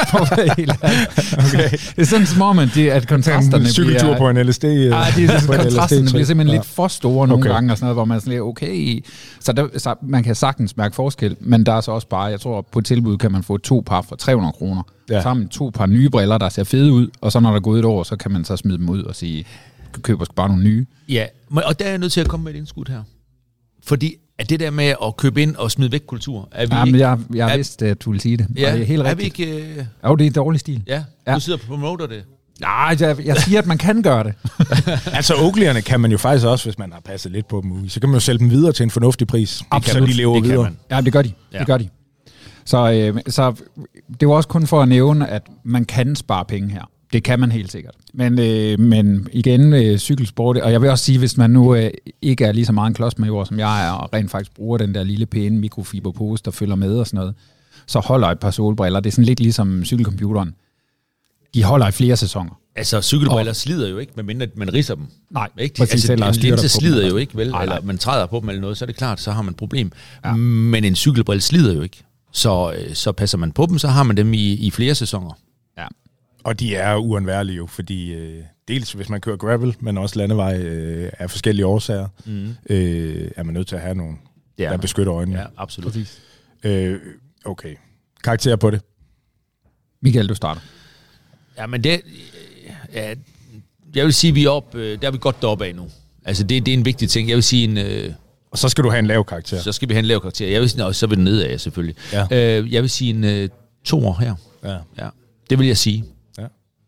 Okay. Det er sådan som om, at, det, at kontrasterne en cykeltur bliver... på en L S D. Ja, det er, kontrasterne bliver simpelthen ja. lidt for store nogle okay. gange, og sådan noget, hvor man er sådan lidt, okay. Så, der, så man kan sagtens mærke forskel, men der er så også bare, jeg tror, på tilbud kan man få to par for tre hundrede kroner. Ja. Sammen to par nye briller, der ser fede ud, og så når der er gået et år, så kan man så smide dem ud og sige, køber bare nogle nye. Ja, og der er jeg nødt til at komme med et indskud her. Fordi at det der med at købe ind og smide væk kultur, er vi ja, ikke... Men jeg, jeg er, vidste, at du ville sige det. Ja, det er helt er rigtigt. vi ikke... Øh... Jo, det er en dårlig stil. Ja, ja. Du sidder og promoter det. Nej, jeg, jeg siger, at man kan gøre det. Altså Oakley'erne kan man jo faktisk også, hvis man har passet lidt på dem, så kan man jo sælge dem videre til en fornuftig pris. Absolut. Så de lever det videre. kan man. Ja, det gør de. Ja. Det gør de. Så, øh, så det var også kun for at nævne, at man kan spare penge her. Det kan man helt sikkert. Men, øh, men igen, øh, cykelsport, og jeg vil også sige, hvis man nu øh, ikke er lige så meget en klodsmajor, som jeg er, og rent faktisk bruger den der lille pæne mikrofiberpose, der følger med og sådan noget, så holder et par solbriller. Det er sådan lidt ligesom cykelcomputeren. De holder i flere sæsoner. Altså, cykelbriller og... slider jo ikke, medmindre man ridser dem. Nej, ikke? præcis. Altså, en linse slider dem, jo ikke, vel? Nej, nej. Eller man træder på dem eller noget, så er det klart, så har man et problem. Ja. Men en cykelbrille slider jo ikke. Så, så passer man på dem, så har man dem i, i flere sæsoner. Ja. Og de er uundværlige jo, fordi øh, dels hvis man kører gravel, men også landevej øh, af forskellige årsager, mm. øh, er man nødt til at have nogen, der man. beskytter øjnene. Ja, absolut. Øh, okay. Karakter på det? Michael, du starter. Ja, men det... Ja, jeg vil sige, vi er op, der er vi godt deroppe af nu. Altså, det, det er en vigtig ting. Jeg vil sige en... Øh, og så skal du have en lav karakter. Så skal vi have en lav karakter. Jeg vil sige, og så vil den nedad, selvfølgelig. Ja. Øh, jeg vil sige en øh, toer her. Ja. Ja. Det vil jeg sige. Ja.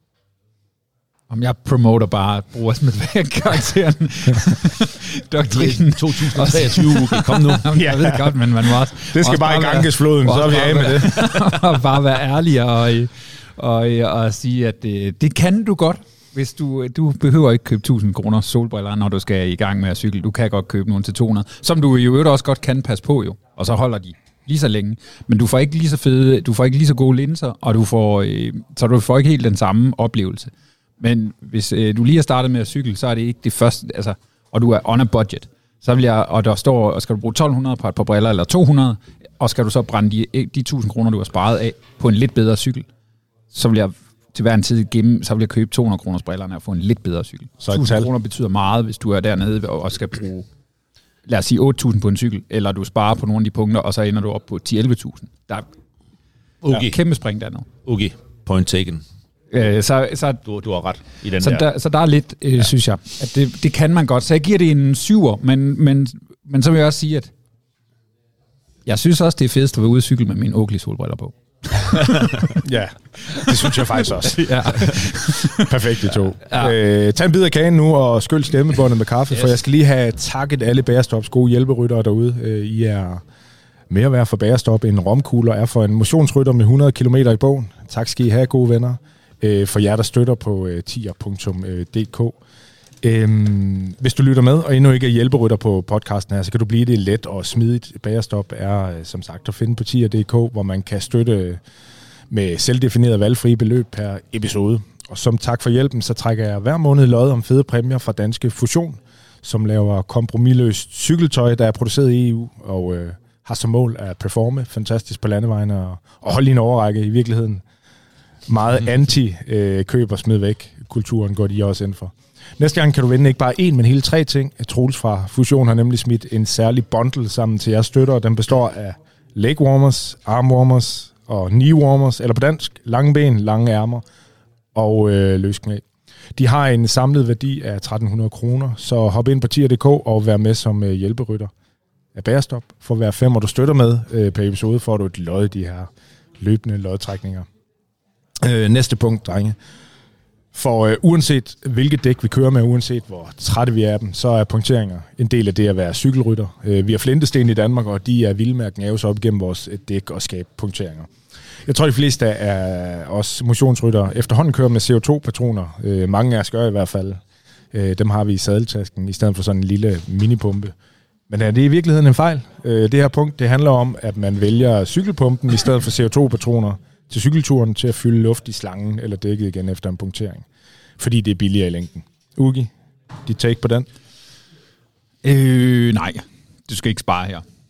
Om jeg promoter bare bruger Smith-karakteren. Doktrinen. to tusind treogtyve, kom nu. Jeg ved godt, men man må også... Det skal også bare i Gangesfloden, så er vi af med det. Og bare være ærlig og, og, og sige, at det, det kan du godt. Hvis du, du behøver ikke købe tusind kroner solbriller, når du skal i gang med at cykle. Du kan godt købe nogle til to hundrede, som du i øvrigt også godt kan passe på jo. Og så holder de lige så længe. Men du får ikke lige så fede, du får ikke lige så gode linser, og du får, øh, så du får ikke helt den samme oplevelse. Men hvis øh, du lige har startet med at cykle, så er det ikke det første, altså, og du er on a budget, så vil jeg, og der står, og skal du bruge tolv hundrede på et par briller, eller to hundrede, og skal du så brænde de, de tusind kroner, du har sparet af, på en lidt bedre cykel, så vil jeg til hver en tid gemme, så vil jeg købe to hundrede kroners brillerne og få en lidt bedre cykel. Så tusind kroner betyder meget, hvis du er dernede og skal bruge, lad os sige otte tusind på en cykel, eller du sparer på nogle af de punkter, og så ender du op på ti til elleve tusind. Der er okay. ja, kæmpe spring dernede. Okay, point taken. Øh, så, så, du, du har ret i den så der. der. Så der er lidt, øh, ja. synes jeg, at det, det kan man godt. Så jeg giver det en syver, men, men, men så vil jeg også sige, at jeg synes også, det er fedest at være ude at cykle med mine Oakley solbriller på. Ja, det synes jeg faktisk også. Ja. Perfekt, de to. Ja. Øh, tag en bid af kagen nu og skyld stemmebåndet med kaffe, yes. For jeg skal lige have takket alle Bagerstops gode hjælperyttere derude. Øh, I er mere værd for Bagerstop end romkugler er for en motionsrytter med hundrede kilometer i bogen. Tak skal I have, gode venner. Øh, for jer, der støtter på øh, tier punktum d k. Øhm, hvis du lytter med og endnu ikke er hjælperytter på podcasten her, så kan du blive det let og smidigt. Bagerstop er som sagt at finde på tier punktum d k, hvor man kan støtte med selvdefineret valgfrie beløb per episode. Og som tak for hjælpen, så trækker jeg hver måned lod om fede præmier fra Danske Fusion, som laver kompromisløst cykeltøj, der er produceret i E U og øh, har som mål at performe fantastisk på landevejene og, og holde i en overrække i virkeligheden. Meget anti-køb og smid væk kulturen går de også ind for. Næste gang kan du vinde ikke bare én, men hele tre ting. Troels fra Fusion har nemlig smidt en særlig bundle sammen til jeres støtter, og den består af leg warmers, arm warmers og knee warmers, eller på dansk, lange ben, lange ærmer og øh, løsknæ. De har en samlet værdi af tretten hundrede kroner, så hop ind på tier punktum d k og vær med som øh, hjælperytter af Bagerstop. For hver fem, og du støtter med øh, per episode, får du et lod i de her løbende lodtrækninger. Øh, næste punkt, drenge. For øh, uanset hvilket dæk vi kører med, uanset hvor trætte vi er af dem, så er punkteringer en del af det at være cykelrytter. Øh, vi har flintesten i Danmark, og de er vilde med at gnave sig op igennem vores dæk og skabe punkteringer. Jeg tror, de fleste af os motionsryttere efterhånden kører med C O to patroner. Øh, mange af os gør i hvert fald. Øh, dem har vi i sadeltasken, i stedet for sådan en lille minipumpe. Men er det i virkeligheden en fejl? Øh, det her punkt, det handler om, at man vælger cykelpumpen i stedet for C O to patroner til cykelturen til at fylde luft i slangen eller dækket igen efter en punktering. Fordi det er billigere i længden. Ugi, dit take på den? Øh, nej, du skal ikke spare her.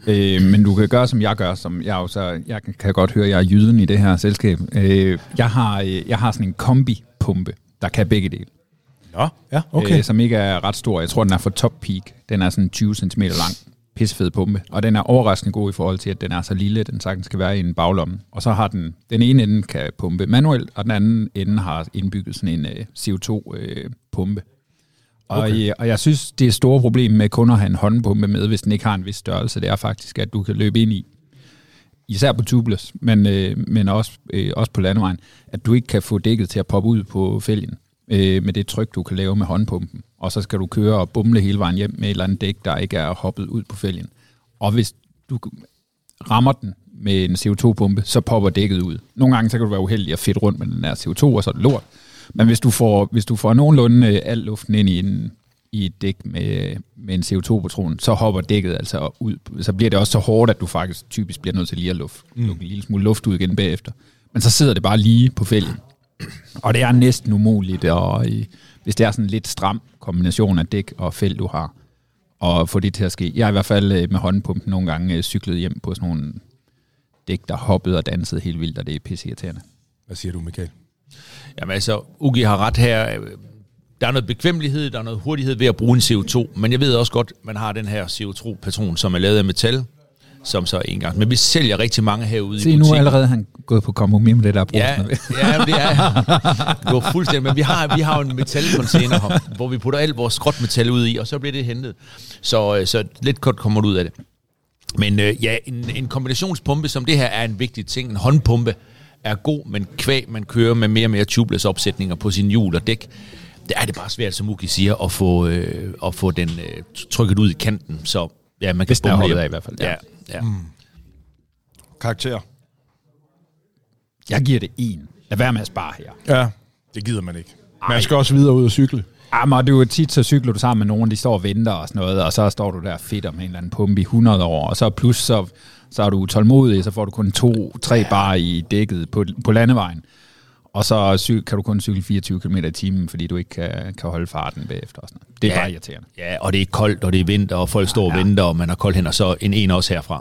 Øh, men du kan gøre, som jeg gør, som jeg jo så, jeg kan godt høre, at jeg er jyden i det her selskab. Øh, jeg, har, jeg har sådan en kombipumpe, der kan begge dele. Nå, ja, okay. Øh, som ikke er ret stor. Jeg tror, den er for top peak. Den er sådan tyve centimeter lang. Pissefed pumpe. Og den er overraskende god i forhold til, at den er så lille, den sagtens skal være i en baglomme. Og så har den, den ene ende kan pumpe manuelt, og den anden ende har indbygget sådan en uh, C O to pumpe. Og, okay. og jeg synes, det er et stort problem med kun at have en håndpumpe med, hvis den ikke har en vis størrelse. Det er faktisk, at du kan løbe ind i, især på tubeless, men, øh, men også, øh, også på landevejen, at du ikke kan få dækket til at poppe ud på fælgen øh, med det tryk, du kan lave med håndpumpen. Og så skal du køre og bumle hele vejen hjem med et eller andet dæk, der ikke er hoppet ud på fælgen. Og hvis du rammer den med en C O to pumpe, så popper dækket ud. Nogle gange så kan du være uheldig at fedt rundt med den der C O to, og så er det lort. Men hvis du får, hvis du får nogenlunde al luften ind i, en, i et dæk med, med en C O to patron, så hopper dækket altså ud. Så bliver det også så hårdt, at du faktisk typisk bliver nødt til lige at luft, mm. lukke en lille smule luft ud igen bagefter. Men så sidder det bare lige på fælgen. Og det er næsten umuligt, og hvis det er sådan en lidt stram kombination af dæk og fæld, du har, og få det til at ske. Jeg har i hvert fald med håndpumpen nogle gange cyklet hjem på sådan nogle dæk, der hoppede og dansede helt vildt, og det er pisseirriterende. Hvad siger du, Michael? Jamen altså, Ugi har ret her. Der er noget bekvemmelighed, der er noget hurtighed ved at bruge en C O to, men jeg ved også godt, man har den her C O to-patron, som er lavet af metal, som så en gang. Men vi sælger rigtig mange herude Se, i butikken. Se, nu er allerede han gået på kompromis med det, der er brugt. Ja, ja, det er det var fuldstændig. Men vi har, vi har jo en metalcontainer her, hvor vi putter alt vores skrotmetal ud i, og så bliver det hentet. Så, så lidt kort kommer det ud af det. Men øh, ja, en, en kombinationspumpe som det her er en vigtig ting. En håndpumpe er god, men kvæg man kører med mere og mere tubeless opsætninger på sine hjul og dæk, der er det bare svært, som Ugi siger, at få, øh, at få den øh, trykket ud i kanten. Så ja, man kan Hvis den er holdet af i hvert fald. Ja. Ja, ja. Mm. Karakter? Jeg giver det en. Lad være med at spare her. Ja, det gider man ikke. Ej. Man skal også videre ud og cykle. Jamen, du er tit, så cykler du sammen med nogen, de står og venter og sådan noget, og så står du der fedt med en eller anden pumpe i hundrede år, og så plus så, så er du tålmodig, så får du kun to, tre bar i dækket på, på landevejen, og så cy- kan du kun cykle fireogtyve kilometer i timen, fordi du ikke kan, kan holde farten bagefter. Og sådan noget. Det er ja, bare irriterende. Ja, og det er koldt, og det er vinter, og folk står og ja, ja. venter, og man har koldt hænder, så en en også herfra.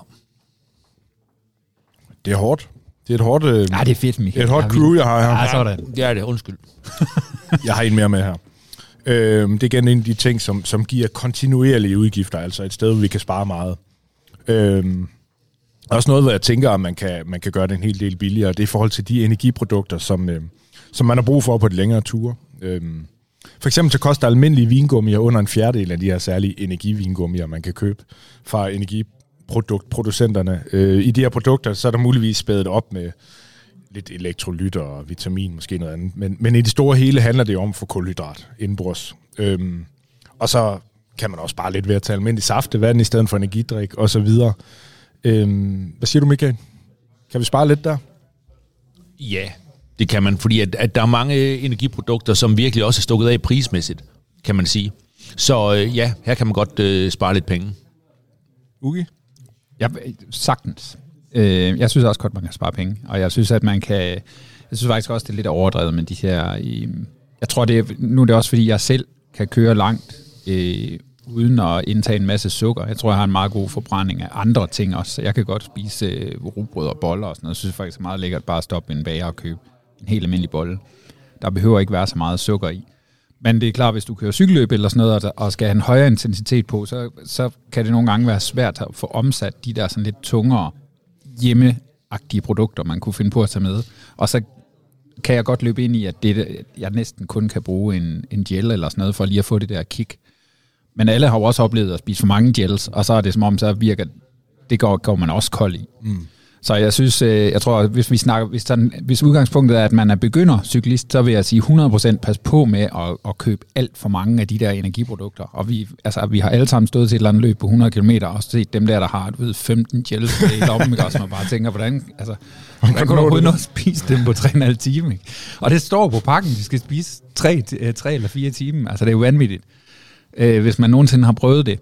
Det er hårdt. Det er et hårdt, øh, ja, det er fedt, Michael. Et hårdt crew, jeg har her. Ja, sådan. Ja, det er undskyld. Jeg har en mere med her. Øh, det er igen en af de ting, som, som giver kontinuerlige udgifter, altså et sted, hvor vi kan spare meget. Øh, også noget, hvor jeg tænker, at man kan, man kan gøre det en hel del billigere. Det er i forhold til de energiprodukter, som, øh, som man har brug for på de længere ture. Øh, for eksempel så koster almindelige vingummier under en fjerdedel af de her særlige energivingummier, man kan købe fra energiproduktproducenterne. Øh, I de her produkter, så er der muligvis spædet op med lidt elektrolytter og vitamin, måske noget andet. Men, men i det store hele handler det jo om at få kulhydrat indenbords. Øhm, og så kan man også bare lidt ved at tage almindelig saftevand i stedet for energidrik og så videre. Øhm, hvad siger du, Michael? Kan vi spare lidt der? Ja, det kan man, fordi at, at der er mange energiprodukter, som virkelig også er stukket af prismæssigt, kan man sige. Så øh, ja, her kan man godt øh, spare lidt penge. Ugi? Ja, sagtens. Jeg synes også godt, man kan spare penge, og jeg synes, at man kan, jeg synes faktisk også, det er lidt overdrevet med de her, jeg tror, det er, nu er det også, fordi jeg selv kan køre langt, øh, uden at indtage en masse sukker. Jeg tror, jeg har en meget god forbrænding af andre ting også, så jeg kan godt spise øh, rugbrød og boller og sådan noget. Jeg synes faktisk, det er meget lækkert bare at stoppe en bager og købe en helt almindelig bolle. Der behøver ikke være så meget sukker i. Men det er klart, hvis du kører cykelløb eller sådan noget, og skal have en højere intensitet på, så, så kan det nogle gange være svært at få omsat de der sådan lidt tungere hjemmeagtige produkter, man kunne finde på at tage med. Og så kan jeg godt løbe ind i, at det, jeg næsten kun kan bruge en, en gel eller sådan noget, for lige at få det der kick. Men alle har jo også oplevet at spise for mange gels, og så er det som om, så virker det går, går man også kold i. Mm. Så jeg synes, jeg tror, hvis vi snakker, hvis, sådan, hvis udgangspunktet er, at man er begyndercyklist, så vil jeg sige hundrede procent pas på med at, at købe alt for mange af de der energiprodukter. Og vi, altså, vi har alle sammen stået til et eller andet løb på hundrede kilometer, og set dem der, der har ved, femten gels i lommen, og så man bare tænker, hvordan, altså, hvordan kan du overhovedet nå at spise dem på tre og en halv time? Ikke? Og det står på pakken, de skal spise tre, tre eller fire timer. Altså det er jo vanvittigt. Hvis man nogensinde har prøvet det,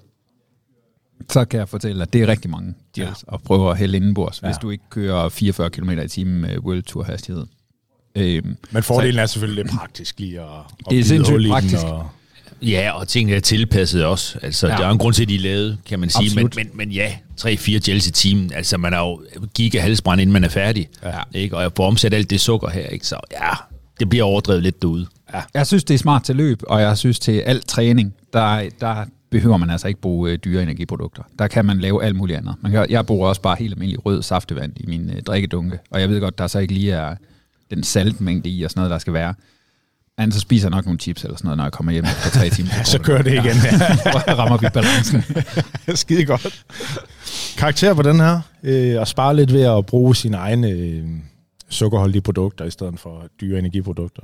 så kan jeg fortælle, at det er rigtig mange gels ja. at prøve at hælde indenbords, ja. hvis du ikke kører fireogfyrre kilometer i timen med World Tour hastighed. Øhm, Men fordelen så, er selvfølgelig lidt praktisk lige at, at det er sindssygt praktisk. Og... Ja, og tingene er tilpasset også. Altså, ja. Der er en grund til, at de er lavet, kan man sige. Men, men, men ja, tre-fire gels i timen. Altså, man er jo giga halsbrand, inden man er færdig. Ja. Ikke? Og jeg får omsat alt det sukker her, ikke? Så ja, det bliver overdrevet lidt derude. Ja. Jeg synes, det er smart til løb, og jeg synes, til al træning, der, der behøver man altså ikke bruge øh, dyre energiprodukter. Der kan man lave alt muligt andet. Man kan, jeg bruger også bare helt almindelig rød saftevand i min øh, drikkedunke, og jeg ved godt, der så ikke lige er den saltmængde i og sådan noget, der skal være. Men så spiser jeg nok nogle chips eller sådan noget, når jeg kommer hjem efter tre timer. Ja, så kører det igen. Ja. rammer vi balancen. Skide godt. Karakter på den her. Øh, at spare lidt ved at bruge sine egne øh, sukkerholdige produkter, i stedet for dyre energiprodukter.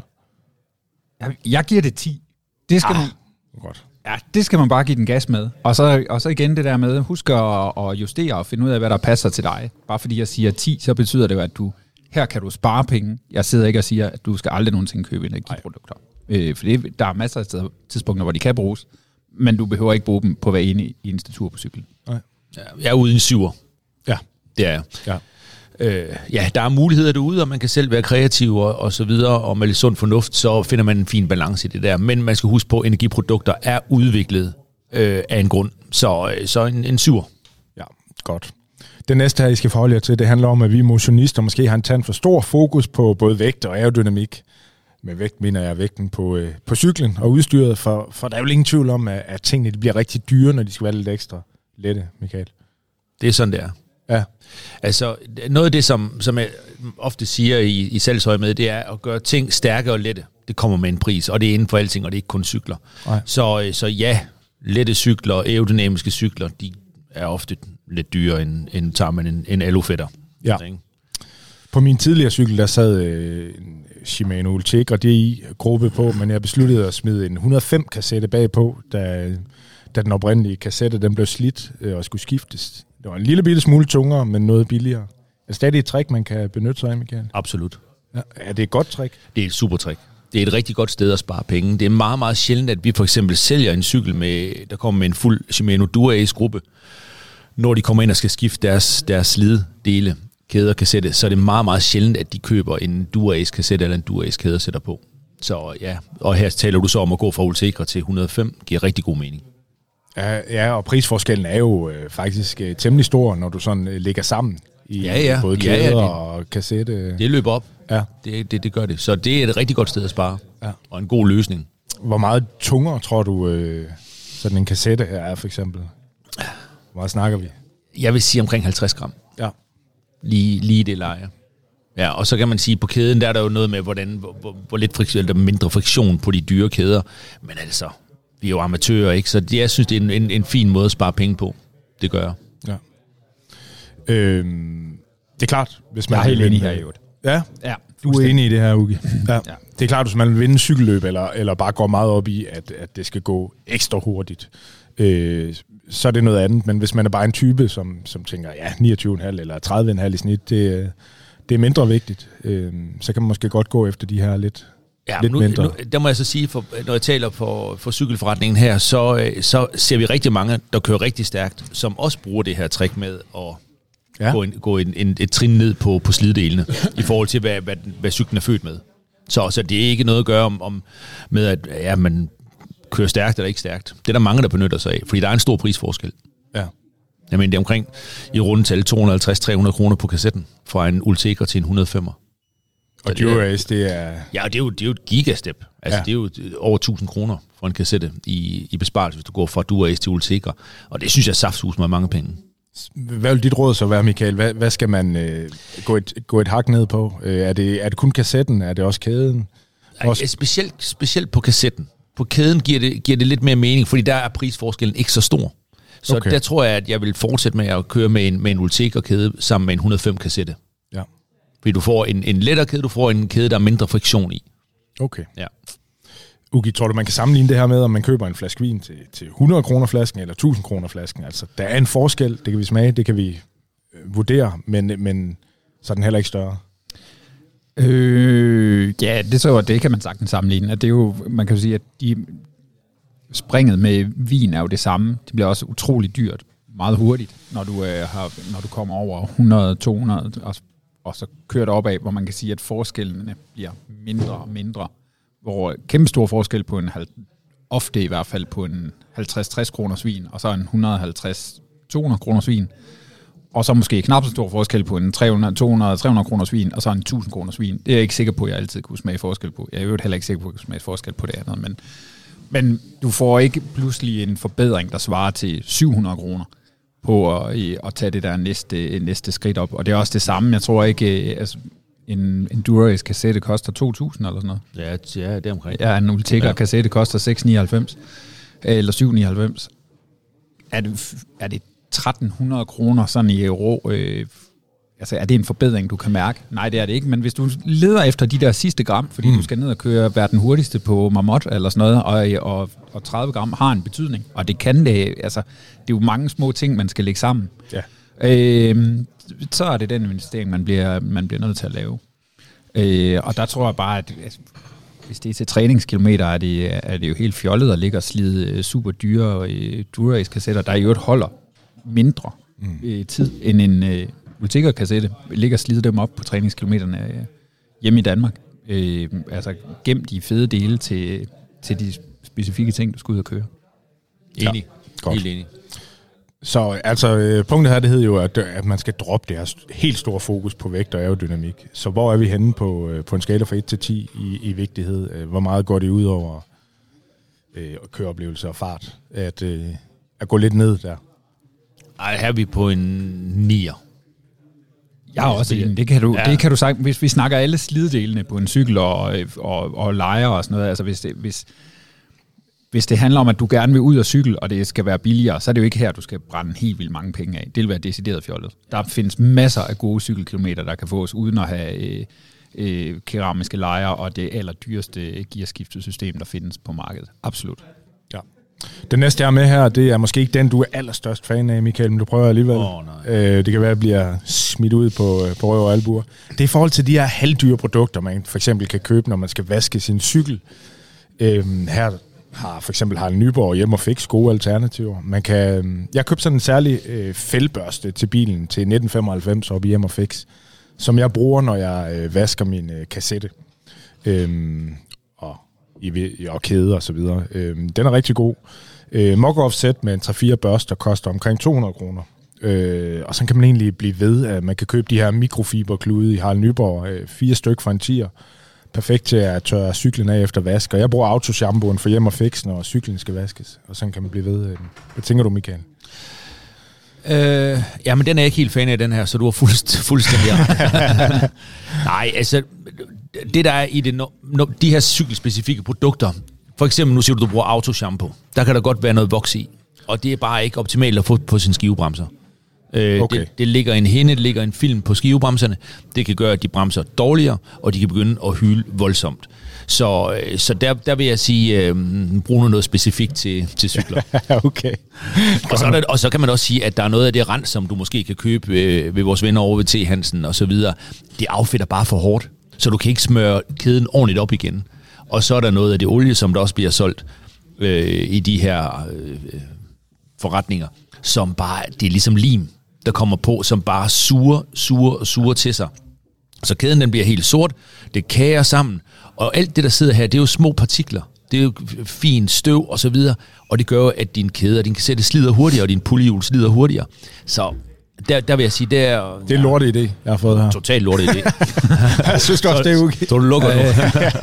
Jeg, jeg giver det ti. Det skal, ah, man, godt. Ja, det skal man bare give den gas med. Og så, og så igen det der med, husk at, at justere og finde ud af, hvad der passer til dig. Bare fordi jeg siger ti, så betyder det jo, at du her kan du spare penge. Jeg sidder ikke og siger, at du skal aldrig nogensinde købe energiprodukter. Øh, for det, der er masser af steder, tidspunkter, hvor de kan bruges, men du behøver ikke bruge dem på hver ene eneste tur på cyklen. Nej. Ja, jeg er ude i en syver. Ja. Det er jeg. Ja. Øh, ja, der er muligheder derude, og man kan selv være kreativ og, og så videre, og med lidt sund fornuft, så finder man en fin balance i det der. Men man skal huske på, at energiprodukter er udviklet øh, af en grund. Så, så en, en syver. Ja, godt. Det næste her, I skal forholde jer til, det handler om, at vi motionister måske har en tand for stor fokus på både vægt og aerodynamik. Med vægt mener jeg vægten på, øh, på cyklen og udstyret, for, for der er jo ingen tvivl om, at, at tingene de bliver rigtig dyre, når de skal være lidt ekstra lette, Michael. Det er sådan, det er. Ja. Altså, noget af det, som, som jeg ofte siger i, i salgsøje med, det er at gøre ting stærke og lette. Det kommer med en pris, og det er inden for alting, og det er ikke kun cykler. Så, så ja, lette cykler og aerodynamiske cykler, de er ofte lidt dyrere, end, end tager man en, en alufætter. Ja. På min tidligere cykel, der sad øh, en Shimano Ultegra D I-gruppe på, men jeg besluttede at smide en et hundrede og fem kassette bagpå, da, da den oprindelige kassette den blev slidt øh, og skulle skiftes. Det var en lille bitte smule tungere, men noget billigere. Er det stadig et trick, man kan benytte sig af, Michael? Absolut. Ja. Er det et godt trick? Det er et super trick. Det er et rigtig godt sted at spare penge. Det er meget, meget sjældent, at vi for eksempel sælger en cykel, med, der kommer med en fuld Shimano Dura-Ace-gruppe. Når de kommer ind og skal skifte deres, deres sliddele, kæde og kassette, så er det meget, meget sjældent, at de køber en Dura-Ace-kassette eller en Dura-Ace-kæde og sætter på. Så ja, og her taler du så om at gå fra Ultegra til et hundrede og fem, giver rigtig god mening. Ja, ja, og prisforskellen er jo øh, faktisk øh, temmelig stor, når du sådan øh, ligger sammen i ja, ja. både kæder ja, ja, det, og kassette. Det løber op. Ja. Det, det, det gør det. Så det er et rigtig godt sted at spare, ja. Og en god løsning. Hvor meget tungere tror du, øh, sådan en kassette her er, for eksempel? Hvor meget snakker vi? Jeg vil sige omkring halvtreds gram. Ja. Lige, lige det leje. Ja, og så kan man sige, på kæden, der er der jo noget med, hvordan, hvor, hvor, hvor lidt friktion, eller mindre friktion på de dyre kæder. Men altså, vi er jo amatører, ikke? Så det, jeg synes, det er en, en, en fin måde at spare penge på. Det gør jeg. Ja. Øhm, det er klart, hvis man... Jeg er helt enig her i øvrigt. Ja? Ja. Du er enig i det her, Ugi. Ja. Ja. Det er klart, hvis man vil vinde cykelløb, eller, eller bare går meget op i, at, at det skal gå ekstra hurtigt, øh, så er det noget andet. Men hvis man er bare en type, som, som tænker, ja, niogtyve komma fem eller tredive komma fem i snit, det, det er mindre vigtigt. Øh, så kan man måske godt gå efter de her lidt, ja, lidt nu, mindre. Nu, der må jeg så sige, for, når jeg taler for, for cykelforretningen her, så, så ser vi rigtig mange, der kører rigtig stærkt, som også bruger det her trick med at ja. gå, en, gå en, en, et trin ned på, på sliddelene, i forhold til, hvad, hvad, hvad cyklen er født med. Så, så det er ikke noget at gøre om, om med, at ja, man kører stærkt eller ikke stærkt. Det er der mange, der benytter sig af, fordi der er en stor prisforskel. Ja. Jeg mener, det er omkring i rundetal to hundrede og halvtreds til tre hundrede kroner på kassetten, fra en Ultegra til en et hundrede og fem. Og Dura-Ace, det er... Ja, det er jo, det er jo et gigastep. Altså, ja. Det er jo over tusind kroner for en kassette i, i besparelse, hvis du går fra Dura-Ace til Ultegra. Og det synes jeg saftsus med mange penge. Hvad vil dit råd så være, Michael? Hvad, hvad skal man øh, gå, et, gå et hak ned på? Øh, er, det, er det kun kassetten? Er det også kæden? Også... Specielt, specielt på kassetten. På kæden giver det, giver det lidt mere mening, fordi der er prisforskellen ikke så stor. Så okay. Der tror jeg, at jeg vil fortsætte med at køre med en, med en Ultegra-kæde sammen med en et hundrede og fem kassette. Ja. Fordi du får en, en lettere kæde, du får en kæde, der er mindre friktion i. Okay. Ja. Ugi, tror du, man kan sammenligne det her med, om man køber en flaske vin til, til hundrede kroner flasken eller tusind kroner flasken? Altså, der er en forskel, det kan vi smage, det kan vi øh, vurdere, men, men så er den heller ikke større. Øh, ja, det så det kan man sagtens sammenligne. At det er jo, man kan jo sige, at de, springet med vin er jo det samme. Det bliver også utrolig dyrt, meget hurtigt, når du, øh, har, når du kommer over hundrede til to hundrede, og, og så kører det opad, hvor man kan sige, at forskellene bliver mindre og mindre. Hvor kæmpe stor forskel på en ofte i hvert fald på en halvtreds til tres kroner svin, og så en et hundrede og halvtreds til to hundrede kroner svin, og så måske knap så stor forskel på en tre hundrede, to hundrede, tre hundrede kroner svin, og så en tusind kroner svin. Det er jeg ikke sikker på, at jeg altid kunne smage forskel på. Jeg er jo heller ikke sikker på, at jeg kunne smage forskel på det andet, men, men du får ikke pludselig en forbedring, der svarer til syv hundrede kroner på at, at tage det der næste, næste skridt op. Og det er også det samme. Jeg tror ikke, altså, en, en Dura-Ace kassette koster to tusind eller sådan noget. Ja, ja, det er omkring. Ja, en Ultegra ja. kassette koster seks nioghalvfems eller syv nioghalvfems. Er det, er det tretten hundrede kroner sådan i euro? Øh, altså, er det en forbedring, du kan mærke? Nej, det er det ikke. Men hvis du leder efter de der sidste gram, fordi mm. du skal ned og køre være den hurtigste på Marmot eller sådan noget, og, og, og tredive gram har en betydning. Og det kan det. Altså, det er jo mange små ting, man skal lægge sammen. Ja. Øh, så er det den investering, man bliver, man bliver nødt til at lave. Øh, og der tror jeg bare, at altså, hvis det er til træningskilometer, er det, er det jo helt fjollet at ligge og slide super dyre øh, Dura-Ace-kassetter, der i øvrigt holder mindre mm. øh, tid end en øh, Ultegra-kassette. Ligger og slide dem op på træningskilometerne øh, hjemme i Danmark. Øh, altså gem de fede dele til, til de specifikke ting, du skal ud og køre. Enig. Ja, helt enig. Så altså, øh, punktet her, det hedder jo, at, at man skal droppe det her helt store fokus på vægt og aerodynamik. Så hvor er vi henne på, øh, på en skala fra et til ti i, i vigtighed? Hvor meget går det ud over øh, køreoplevelse og fart? At, øh, at gå lidt ned der? Ej, her er vi på en nier. Jeg er også en. Det kan du, ja. det kan du sige. Hvis vi snakker alle sliddelene på en cykel og, og, og lejer og sådan noget, altså hvis det, hvis, hvis det handler om, at du gerne vil ud og cykle, og det skal være billigere, så er det jo ikke her, du skal brænde helt vildt mange penge af. Det vil være decideret fjollet. Der findes masser af gode cykelkilometer, der kan fås uden at have øh, øh, keramiske lejer og det allerdyreste gearskiftesystem, der findes på markedet. Absolut. Ja. Den næste, jeg er med her, det er måske ikke den, du er allerstørst fan af, Michael, men du prøver alligevel. Oh, øh, det kan være, at bliver smidt ud på, på røv og albuer. Det er i forhold til de her halvdyre produkter, man for eksempel kan købe, når man skal vaske sin cykel. Øh, her har for eksempel Harald Nyborg og Hjem og Fix gode alternativer. Man kan, jeg købte sådan en særlig øh, fældbørste til bilen til nitten femoghalvfems oppe i Hjem og Fix, som jeg bruger, når jeg øh, vasker min øh, kassette. Øh, og i og kæde og så videre. Øh, den er rigtig god. Øh, Mock-off set med en tre fire børster koster omkring to hundrede kroner. Øh, og så kan man egentlig blive ved, at man kan købe de her mikrofiberklude i Harald Nyborg. Øh, fire styk for en tier. Perfekt til at tørre cyklen af efter vask. Og jeg bruger autoshampooen for Hjem og Fix, når cyklen skal vaskes. Og sådan kan man blive ved. Hvad tænker du, Michael? Øh, ja, men den er jeg ikke helt fan af, den her, så du har fuldst, fuldstændig ret. Nej, altså, det der er i det, no, no, de her cykelspecifikke produkter, for eksempel, nu siger du, du bruger autoshampoo, der kan der godt være noget voks i, og det er bare ikke optimalt at få på sine skivebremser. Øh, okay. det, det ligger en hinde, det ligger en film på skivebremserne, det kan gøre, at de bremser dårligere, og de kan begynde at hyle voldsomt. Så, så der, der vil jeg sige, øh, brug noget specifikt til, til cykler. Okay. Og så, der, og så kan man også sige, at der er noget af det rens, som du måske kan købe øh, ved vores venner over ved T. Hansen og så videre. Det affedter bare for hårdt, så du kan ikke smøre kæden ordentligt op igen. Og så er der noget af det olie, som der også bliver solgt øh, i de her øh, forretninger, som bare, det er ligesom lim, der kommer på, som bare suger, suger og suger til sig. Så kæden den bliver helt sort, det kager sammen, og alt det, der sidder her, det er jo små partikler. Det er jo fint støv og så videre, og det gør jo, at din kæde og din kassette slider hurtigere, og din pullehjul slider hurtigere. Så der, der vil jeg sige, det er... Det er en lorte idé, jeg har fået her. Totalt lorte idé. Jeg synes også, det er okay. Så du lukker nu.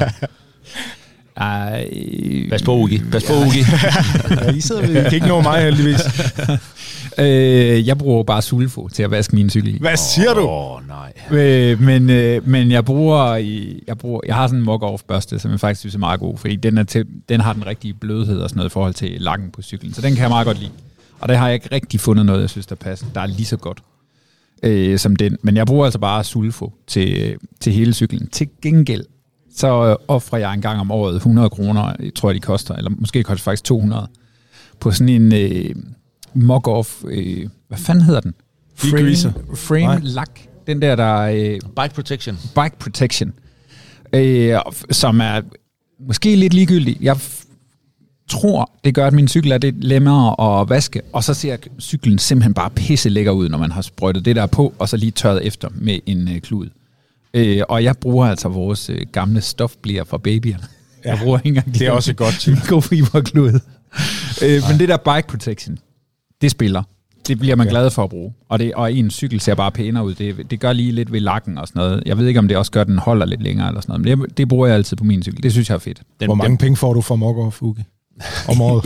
Ej. Pas på, Ugi. Pas på, Ugi. Ja, I sidder ved. I kan ikke nå mig, heldigvis. øh, jeg bruger bare sulfo til at vaske min cykel i. Hvad siger du? Åh, oh, nej. Øh, men, øh, men jeg bruger, jeg bruger... Jeg har sådan en Mock-off børste, som jeg faktisk synes er meget god, fordi den, er til, den har den rigtige blødhed og sådan noget i forhold til lakken på cyklen. Så den kan jeg meget godt lide. Og der har jeg ikke rigtig fundet noget, jeg synes, der passer. Der er lige så godt øh, som den. Men jeg bruger altså bare sulfo til, til hele cyklen. Til gengæld, så offrer jeg en gang om året hundrede kroner, tror jeg, de koster, eller måske koster faktisk to hundrede, på sådan en øh, Mock-off, øh, hvad fanden hedder den? Frame, frame lak. Den der, der... Øh, Bike Protection. Bike Protection. Øh, som er måske lidt ligegyldig. Jeg f- tror, det gør, at min cykel er lidt lemmere at vaske, og så ser cyklen simpelthen bare pisse lækker ud, når man har sprøjtet det der på, og så lige tørret efter med en øh, klud. Øh, og jeg bruger altså vores øh, gamle stofbleer fra babyerne Ja. Jeg bruger ikke engang det er også et godt tip. Mikrofiberklud. øh, men det der bike protection, det spiller. Det bliver man okay. glad for at bruge. Og, det, og en cykel ser bare pænere ud. Det, det gør lige lidt ved lakken og sådan noget. Jeg ved ikke, om det også gør, at den holder lidt længere eller sådan noget. Men det, det bruger jeg altid på min cykel. Det synes jeg er fedt. Den, Hvor mange den... penge får du for Mokkorf, Ugi? Om året?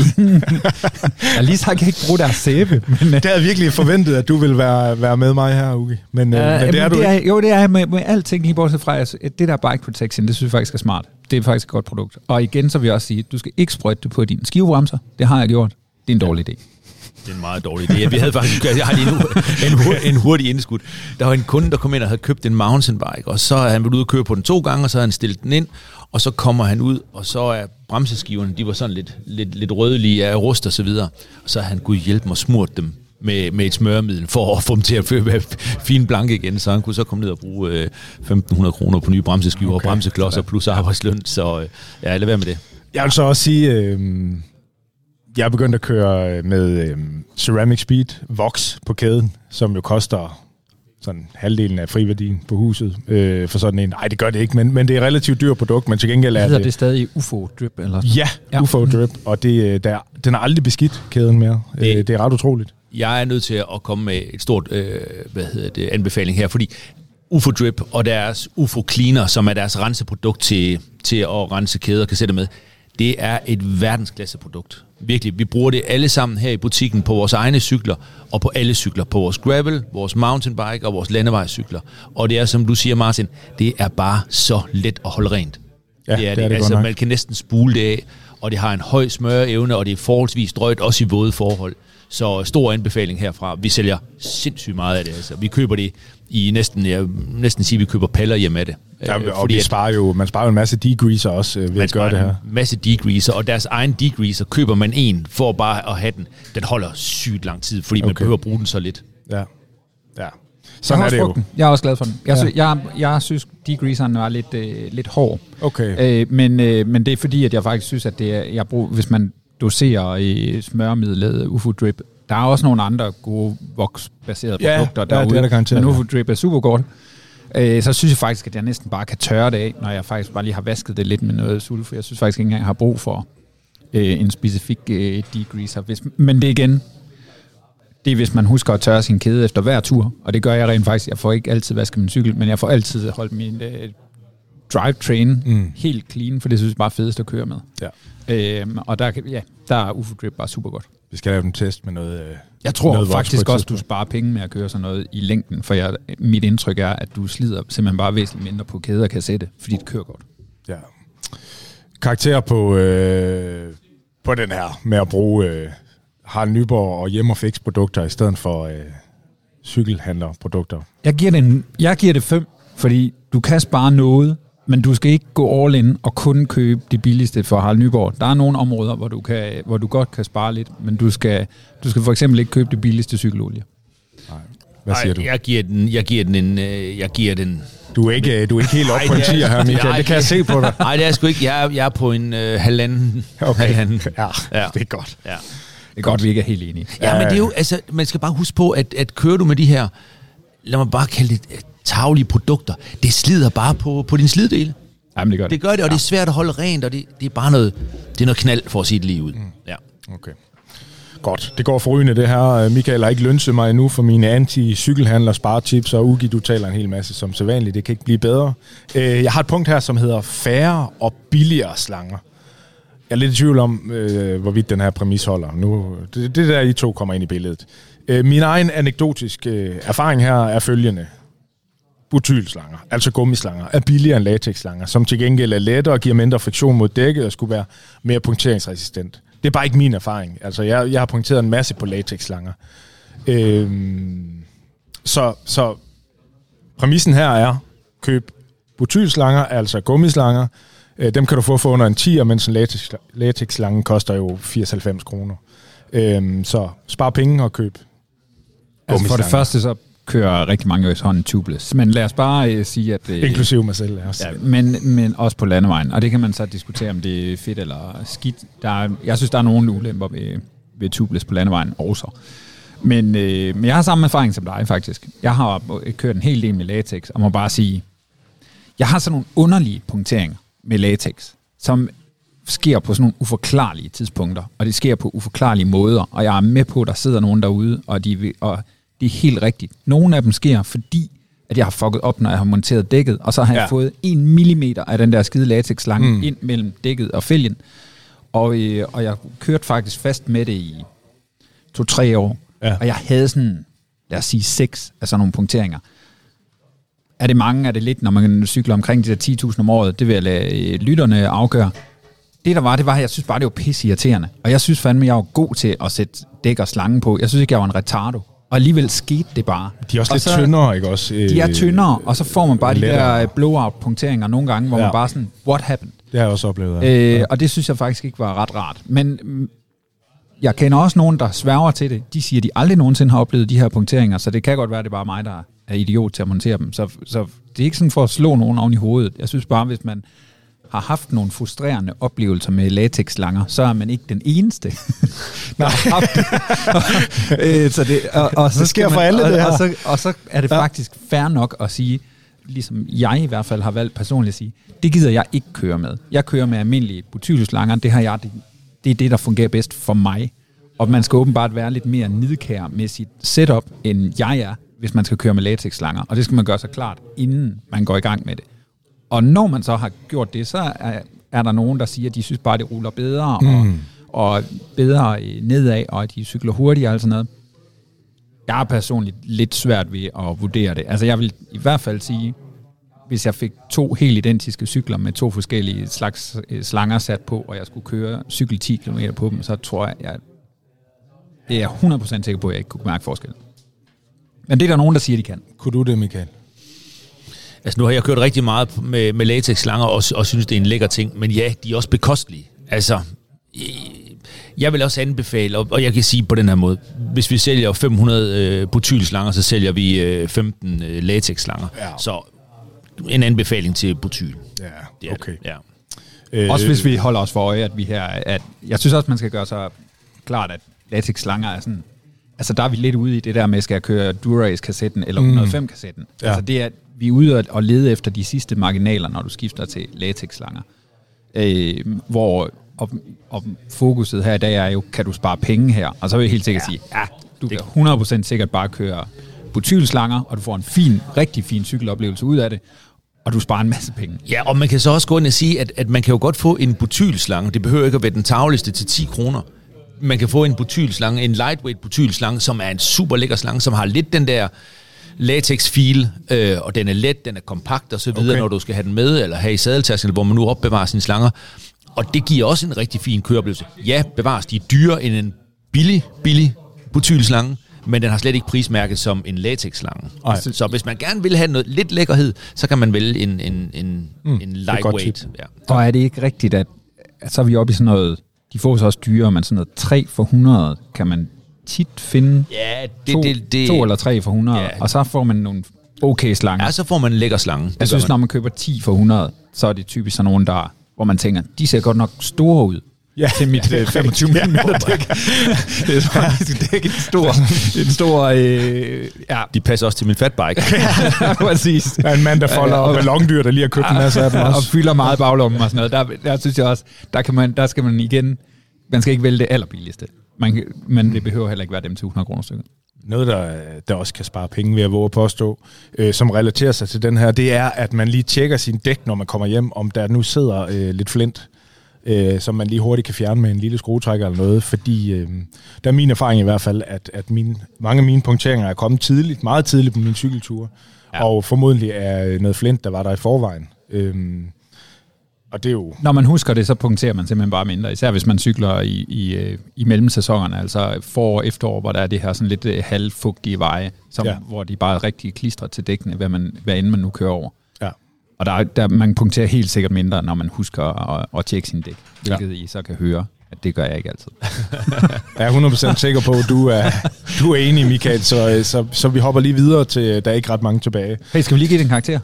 Jeg har lige sagt, at jeg kan ikke bruge deres sæbe. Men, det havde jeg virkelig forventet, at du ville være, være med mig her, Ugi. Men, ja, men det men er du det er, ikke. Jo, det er med, med alting lige bortset fra. Altså, det der bike protection, det synes jeg faktisk er smart. Det er faktisk et godt produkt. Og igen, så vil jeg også sige, du skal ikke sprøjte det på dine skivebremser. Det har jeg gjort. Det er en dårlig idé. Det er en meget dårlig idé. Vi havde faktisk, jeg har lige nu en, en hurtig indskud. Der var en kunde, der kom ind og havde købt en mountainbike, og så er han været ude og køre på den to gange, og så har han stillet den ind, og så kommer han ud, og så er bremseskiverne, de var sådan lidt, lidt, lidt rødlige af rust og så videre, og så har han gud hjælpe mig og smurt dem med, med et smøremiddel, for at få dem til at være fine blanke igen, så han kunne så komme ned og bruge øh, femten hundrede kroner på nye bremseskiver okay. og bremseklodser plus arbejdsløn, så øh, ja, lad være med det. Jeg vil så også sige... Øh... Jeg er begyndt at køre med øhm, Ceramic Speed Vox på kæden, som jo koster sådan halvdelen af friværdien på huset øh, for sådan en. Nej, det gør det ikke, men, men det er et relativt dyrt produkt, men til gengæld er det... Hedder det stadig U F O Drip? Eller? Ja, ja, U F O Drip, og det, der, den er aldrig beskidt, kæden mere. Det, øh, det er ret utroligt. Jeg er nødt til at komme med et stort øh, hvad hedder det, anbefaling her, fordi U F O Drip og deres U F O Cleaner, som er deres renseprodukt til, til at rense kæder og kassetter med, det er et verdensklasseprodukt. Virkelig, vi bruger det alle sammen her i butikken på vores egne cykler, og på alle cykler, på vores gravel, vores mountainbike og vores landevejscykler. Og det er, som du siger, Martin, det er bare så let at holde rent. Ja, det er det. det, er det altså, man kan næsten spule det af, og det har en høj smøreevne, og det er forholdsvis drøjt, også i våde forhold. Så stor anbefaling herfra. Vi sælger sindssygt meget af det. Altså. Vi køber det i næsten, jeg næsten sige, vi køber paller hjem af det. Ja, og fordi vi sparer jo, man sparer jo en masse degreaser også ved at gøre det her. En masse degreaser, og deres egen degreaser køber man en for bare at have den. Den holder sygt lang tid, fordi okay. man behøver at bruge den så lidt. Ja, ja. Sådan er det jo. Den. Jeg er også glad for den. Jeg, ja. sy- jeg, jeg synes, degreaseren var lidt, øh, lidt hård. Okay. Øh, men, øh, men det er fordi, at jeg faktisk synes, at det er, jeg bruger, hvis man doserer i smøremidlet U F O Drip, der er også nogle andre gode voksbaserede ja, produkter derude, ja, det er der men U F O Drip er super godt. Øh, så synes jeg faktisk, at jeg næsten bare kan tørre det af, når jeg faktisk bare lige har vasket det lidt med noget sulfur. Jeg synes faktisk ikke engang, jeg har brug for øh, en specifik øh, degreaser. Hvis, men det igen, det er hvis man husker at tørre sin kæde efter hver tur, og det gør jeg rent faktisk. Jeg får ikke altid vasket min cykel, men jeg får altid holdt min øh, drivetrain mm. helt clean, for det synes jeg bare er fedest at køre med. Ja. Øhm, og der, ja, der er U F O Drip bare super godt. Vi skal lave en test med noget. Øh, jeg tror noget faktisk også, du sparer penge med at køre sådan noget i længden, for jeg, mit indtryk er, at du slider simpelthen bare væsentligt mindre på kæde og kassette, fordi det kører godt. Ja. Karakter på, øh, på den her med at bruge øh, Harald Nyborg og Hjem og Fix produkter i stedet for øh, cykelhandlerprodukter. Jeg giver, det en, jeg giver det fem, fordi du kan spare noget, men du skal ikke gå all in og kun købe det billigste for Harald Nyborg. Der er nogle områder, hvor du, kan, hvor du godt kan spare lidt, men du skal, du skal for eksempel ikke købe det billigste cykelolie. Nej. Hvad siger Ej, du? Jeg giver den, jeg giver den en, jeg giver den. Du er ikke, du er ikke helt op på en tier her, Michael. Nej, det kan jeg se på dig. Nej, det er sgu ikke. Jeg er, jeg er på en øh, halvanden. Okay. Halvanden. Ja, ja, det er godt. Ja. Det er godt, vi ikke er helt enige. Ja, men det er jo, altså, man skal bare huske på, at, at kører du med de her, lad mig bare kalde det tarvelige produkter, det slider bare på, på din sliddele. Jamen, det gør det. Det gør det, og ja. Det er svært at holde rent, og det, det er bare noget, det er noget knald for at sige det lige ud. Mm. Ja. Okay. Godt. Det går forrygende det her. Michael har ikke lønset mig endnu for mine anti-cykelhandler, sparetips, og Ugi, du taler en hel masse som sædvanligt. Det kan ikke blive bedre. Jeg har et punkt her, som hedder færre og billigere slanger. Jeg er lidt i tvivl om, hvorvidt den her præmis holder. Nu, det, det der, I to kommer ind i billedet. Min egen anekdotiske erfaring her er følgende. Butylslanger, altså gummislanger, er billigere end latexslanger, som til gengæld er lettere og giver mindre friktion mod dækket og skulle være mere punkteringsresistent. Det er bare ikke min erfaring. Altså, jeg, jeg har punkteret en masse på latexslanger. Øhm, så, så præmissen her er, køb butylslanger, altså gummislanger. Øh, dem kan du få for under en tier, mens en latex, latexslange koster jo firs til halvfems kroner. Øhm, så spar penge og køb altså for det første så kører rigtig mange jo sådan tubeless. Men lad os bare uh, sige, at... Uh, Inklusive mig selv, også. Ja, men, men også på landevejen. Og det kan man så diskutere, om det er fedt eller skidt. Der er, jeg synes, der er nogle ulemper ved, ved tubeless på landevejen også. Men, uh, men jeg har samme erfaring som dig, faktisk. Jeg har kørt en hel del med latex, og må bare sige, jeg har sådan nogle underlige punkteringer med latex, som sker på sådan nogle uforklarlige tidspunkter, og det sker på uforklarlige måder, og jeg er med på, at der sidder nogen derude, og, de, og det er helt rigtigt. Nogle af dem sker, fordi at jeg har fucket op, når jeg har monteret dækket, og så har ja. jeg fået en millimeter af den der skide latexslange mm. ind mellem dækket og fælgen, og, øh, og jeg kørte faktisk fast med det i to-tre år, ja. og jeg havde sådan, lad os sige, seks af sådan nogle punkteringer. Er det mange, er det lidt, når man cykler omkring de der ti tusind om året, det vil jeg lade lytterne afgøre. Det der var, det var, jeg synes bare, det var pisse irriterende. Og jeg synes fandme, jeg var god til at sætte dæk og slange på. Jeg synes ikke, jeg var en retardo. Og alligevel skete det bare. De er også og lidt så, tyndere, ikke også? De er tyndere, og så får man bare de der blowout-punkteringer nogle gange, hvor ja. man bare sådan, what happened? Det har jeg også oplevet. Ja. Øh, ja. Og det synes jeg faktisk ikke var ret rart. Men jeg kender også nogen, der sværger til det. De siger, at de aldrig nogensinde har oplevet de her punkteringer, så det kan godt være, at det er bare mig, der er idiot til at montere dem. Så, så det er ikke sådan for at slå nogen oven i hovedet. Jeg synes bare, hvis man har haft nogle frustrerende oplevelser med latexslanger, så er man ikke den eneste, der har haft det. så det, og, og så det sker for man, alle, og, det her. Og så, og så er det ja. faktisk fair nok at sige, ligesom jeg i hvert fald har valgt personligt at sige, det gider jeg ikke køre med. Jeg kører med almindelige butyleslanger, det har jeg, det, det er det, der fungerer bedst for mig. Og man skal åbenbart være lidt mere nidkær med sit setup, end jeg er, hvis man skal køre med latexslanger. Og det skal man gøre sig klart, inden man går i gang med det. Og når man så har gjort det, så er, er der nogen, der siger, at de synes bare, at det ruller bedre, mm. og, og bedre nedad, og at de cykler hurtigere og sådan noget. Jeg er personligt lidt svært ved at vurdere det. Altså jeg vil i hvert fald sige, hvis jeg fik to helt identiske cykler med to forskellige slags slanger sat på, og jeg skulle køre cykel ti kilometer på dem, så tror jeg, jeg det er hundrede procent sikker på, at jeg ikke kunne mærke forskel. Men det er der nogen, der siger, de kan. Kunne du det, Michael? Altså nu har jeg kørt rigtig meget med, med latex-slanger, og, og synes, det er en lækker ting, men ja, de er også bekostelige. Altså, jeg vil også anbefale, og, og jeg kan sige på den her måde, hvis vi sælger fem hundrede øh, butylslanger, så sælger vi øh, femten øh, latex-slanger. Ja. Så en anbefaling til butyl. Ja, det er okay. Det. Ja. Øh, også hvis vi holder os for øje, at vi her, at jeg synes også, man skal gøre sig klart, at latex-slanger er sådan, altså der er vi lidt ude i det der med, skal jeg køre Dura-Ace-kassetten eller et hundrede og fem-kassetten. Ja. Altså det er, vi er ude og lede efter de sidste marginaler, når du skifter til latex-slanger. Øh, hvor og, og fokuset her i dag er jo, kan du spare penge her? Og så vil jeg helt sikkert ja. sige, ja, du kan hundrede procent sikkert bare køre butylslanger, og du får en fin, rigtig fin cykeloplevelse ud af det, og du sparer en masse penge. Ja, og man kan så også gå ind og sige, at, at man kan jo godt få en butylslange. Det behøver ikke at være den tavligste til ti kroner. Man kan få en butylslange, en lightweight butylslange, som er en super lækker slange, som har lidt den der latex-feel, øh, og den er let, den er kompakt og så videre, okay. når du skal have den med, eller have i sadeltasken, hvor man nu opbevarer sine slanger. Og det giver også en rigtig fin køreoplevelse. Ja, bevares, de er dyre end en billig, billig butylslange, men den har slet ikke prismærket som en latex-slange. Så, så hvis man gerne vil have noget lidt lækkerhed, så kan man vælge en, en, en, mm, en lightweight. Ja. Og er det ikke rigtigt, at, at så er vi oppe i sådan noget, de får så også dyre, men sådan noget tre for hundrede kan man tit finde ja, det, to, det, det, to eller tre for hundrede, ja. Og så får man nogle okay slanger. Ja, så får man en lækker slange. Jeg synes, man. Når man køber ti for hundrede, så er det typisk sådan nogen, der, hvor man tænker, de ser godt nok store ud. Ja, til mit ja, femogtyve ja, minutter dæk. Det er sådan, de skal dække en stor, en stor øh, ja. De passer også til min fatbike. Ja, præcis. Der er en mand, der folder ja, og ballondyr, der lige har købt en masse af dem også. Og fylder meget baglommen og sådan noget. Der, der synes jeg også, der, kan man, der skal man igen, man skal ikke vælge det allerbilligste. Man, men det behøver heller ikke være dem til hundrede kroner stykker. Noget, der, der også kan spare penge ved at våge at påstå, øh, som relaterer sig til den her, det er, at man lige tjekker sin dæk, når man kommer hjem, om der nu sidder øh, lidt flint, øh, som man lige hurtigt kan fjerne med en lille skruetrækker eller noget, fordi øh, der er min erfaring i hvert fald, at, at mine, mange af mine punkteringer er kommet tidligt, meget tidligt på min cykelture, ja. Og formodentlig er noget flint, der var der i forvejen. Øh, Og det er jo... Når man husker det, så punkterer man simpelthen bare mindre, især hvis man cykler i, i, i mellemsæsonerne, altså forår og efterår, hvor der er det her sådan lidt halvfugtige veje, som, ja. Hvor de bare er rigtig klistret til dækkene, hvad, man, hvad end man nu kører over. Ja. Og der, der, man punkterer helt sikkert mindre, når man husker at, at tjekke sin dæk, hvilket ja. I så kan høre, at det gør jeg ikke altid. Jeg er hundrede procent sikker på, at du er, du er enig, Michael, så, så, så vi hopper lige videre til, der er ikke ret mange tilbage. Hey, skal vi lige give det en karakter?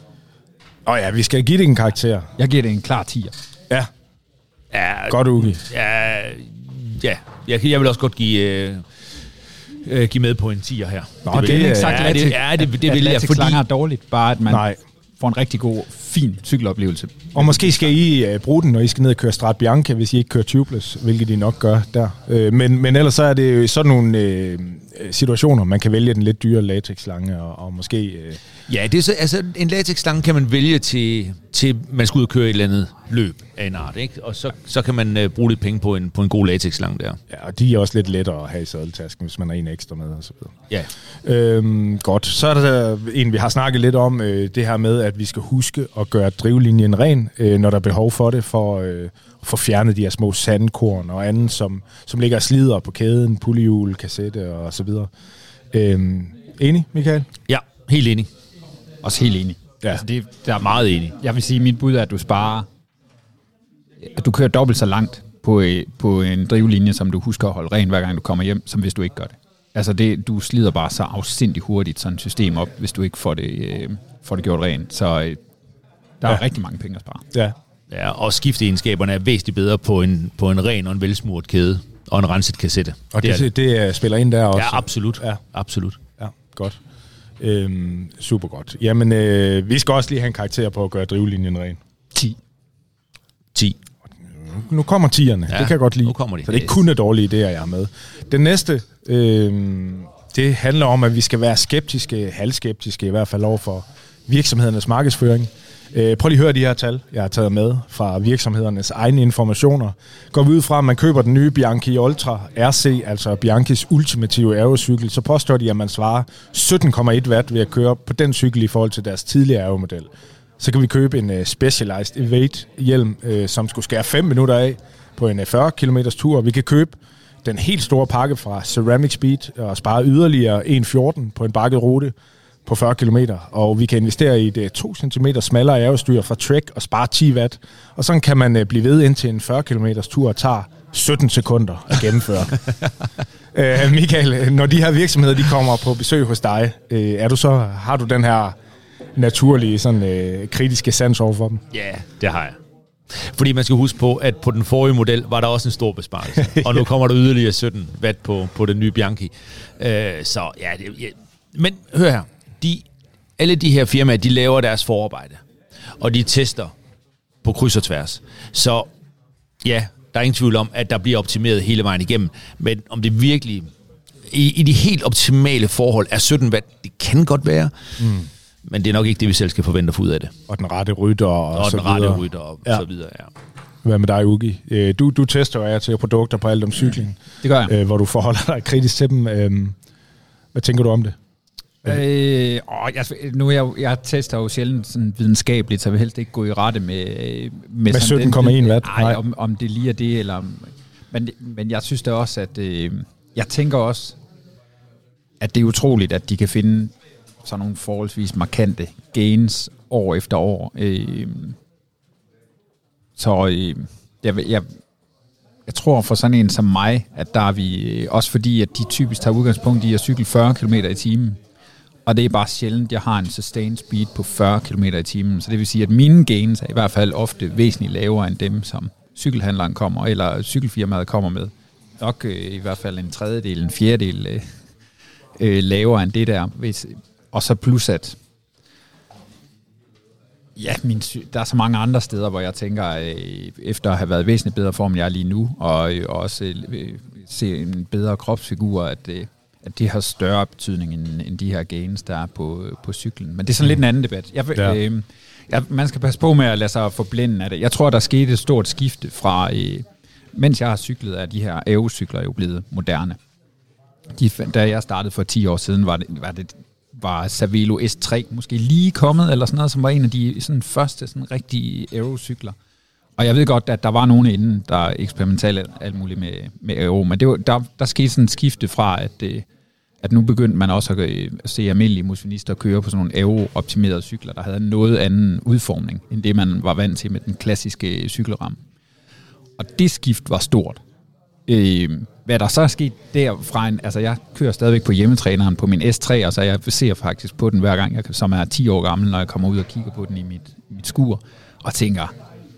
Åh oh ja, vi skal give det en karakter. Jeg giver det en klar tier. Ja. Ja. Godt, Ugi. Ja, ja. Jeg, jeg vil også godt give, øh, øh, give med på en tier her. Nå, det, det er ikke sagt, ja, det, ja, det, det vil jeg, fordi... er dårligt, bare at man... Nej. får en rigtig god, fin cykeloplevelse. Og måske skal I uh, bruge den, når I skal ned og køre Strade Bianche, hvis I ikke kører tubeless, hvilket I nok gør der. Uh, men, men ellers så er det jo sådan nogle uh, situationer, man kan vælge den lidt dyre latexslange, og, og måske... Uh... Ja, det er så, altså, en latexslange kan man vælge til, til, man skal ud og køre et eller andet løb af en art, ikke? Og så, så kan man uh, bruge lidt penge på en, på en god latexslange der. Ja, og de er også lidt lettere at have i sadeltasken, hvis man har en ekstra med, og så videre. Ja. Øhm, godt. Så er der en, vi har snakket lidt om, øh, det her med, at vi skal huske at gøre drivlinjen ren, øh, når der er behov for det, for at øh, få fjernet de her små sandkorn og andet, som, som ligger og slider på kæden, pullehjul, kassette og så videre. Øhm, enig, Michael? Ja, helt enig. Også helt enig. Ja. Altså det, Der er meget enig. Jeg vil sige, at mit bud er, at du sparer, at du kører dobbelt så langt på, på en drivlinje, som du husker at holde ren, hver gang du kommer hjem, som hvis du ikke gør det. Altså det, du slider bare så afsindigt hurtigt sådan et system op, hvis du ikke får det, øh, får det gjort rent. Så øh, der er ja. rigtig mange penge at spare. Ja. Ja, og skifteegenskaberne er væsentligt bedre på en, på en ren og en velsmurt kæde og en renset kassette. Og det, det, det, det spiller ind der også? Ja, absolut. Ja, absolut. Ja, godt. Øhm, super godt. Jamen, øh, vi skal også lige have en karakter på at gøre drivlinjen ren. ti. ti. Nu kommer tierne, ja, det kan jeg godt lide. Nu kommer de. Så det er ikke kun dårlige idéer, jeg er med. Den næste, øh, det handler om, at vi skal være skeptiske, halvskeptiske i hvert fald over for virksomhedernes markedsføring. Øh, prøv lige at høre de her tal, jeg har taget med fra virksomhedernes egne informationer. Går vi ud fra, at man køber den nye Bianchi Ultra R C, altså Bianchis ultimative aerocykel, så påstår de, at man svarer sytten komma en watt ved at køre på den cykel i forhold til deres tidligere aeromodel. Så kan vi købe en uh, Specialized Evade hjelm, uh, som skulle skære fem minutter af på en uh, fyrre kilometers tur. Vi kan købe den helt store pakke fra Ceramic Speed og spare yderligere en komma fjorten på en bakket rute på fyrre kilometer. Og vi kan investere i et uh, to centimeter smallere aerostyr fra Trek og spare ti watt. Og sådan kan man uh, blive ved indtil en fyrre kilometers tur tager sytten sekunder at gennemføre. uh, Michael, når de her virksomheder de kommer på besøg hos dig, uh, er du så, har du den her naturlige, sådan øh, kritiske sans over for dem? Ja, det har jeg. Fordi man skal huske på, at på den forrige model var der også en stor besparelse. Og nu kommer der yderligere sytten watt på, på den nye Bianchi. Øh, så ja, det, ja, men hør her. De, alle de her firmaer, de laver deres forarbejde. Og de tester på kryds og tværs. Så ja, der er ingen tvivl om, at der bliver optimeret hele vejen igennem. Men om det virkelig, i, i de helt optimale forhold, er sytten watt, det kan godt være. Mm. Men det er nok ikke det, vi selv skal forvente at få ud af det. Og den rette rytter og, og så den videre. rette rytter og ja. så videre, ja. Hvad med dig, Ugi? Du, du tester jo af til produkter på alt om cykling. Det gør jeg. Hvor du forholder dig kritisk til dem. Hvad tænker du om det? Øh, åh, jeg, nu jeg, jeg tester jo sjældent sådan videnskabeligt, så jeg vil helst ikke gå i rette med... Med, med sytten komma en watt? Nej, om, om det lige er det, eller... Men, men jeg synes da også, at... Øh, jeg tænker også, at det er utroligt, at de kan finde sådan nogle forholdsvis markante gains år efter år. Øh, så øh, jeg, jeg, jeg tror for sådan en som mig, at der er vi, også fordi at de typisk tager udgangspunkt i at cykle fyrre kilometer i timen, og det er bare sjældent, jeg har en sustained speed på fyrre kilometer i timen, så det vil sige, at mine gains er i hvert fald ofte væsentligt lavere end dem, som cykelhandleren kommer, eller cykelfirmaet kommer med. Nok øh, i hvert fald en tredjedel, en fjerdedel øh, øh, lavere end det der, hvis... Og så plus at, ja, min, der er så mange andre steder, hvor jeg tænker, øh, efter at have været væsentligt bedre form, end jeg er lige nu, og øh, også øh, se en bedre kropsfigur, at, øh, at det har større betydning end, end de her gains, der er på, på cyklen. Men det er sådan mm. lidt en anden debat. Jeg, ja. øh, jeg, man skal passe på med at lade sig forblænde af det. Jeg tror, der skete et stort skifte fra, øh, mens jeg har cyklet, er de her aerocykler jo blevet moderne. De, da jeg startede for ti år siden, var det, var det var Cervelo S tre måske lige kommet, eller sådan noget, som var en af de sådan, første sådan, rigtige aerocykler. Og jeg ved godt, at der var nogen inden, der eksperimenterede alt muligt med, med aero, men det var, der, der skete sådan et skifte fra, at, at nu begyndte man også at se almindelige motionister køre på sådan nogle aero-optimerede cykler, der havde noget anden udformning, end det man var vant til med den klassiske cykelramme. Og det skift var stort. Øh, hvad der så er sket derfra, en, altså jeg kører stadigvæk på hjemmetræneren på min S tre, og så jeg ser faktisk på den hver gang, jeg, som er ti år gammel, når jeg kommer ud og kigger på den i mit, mit skur, og tænker,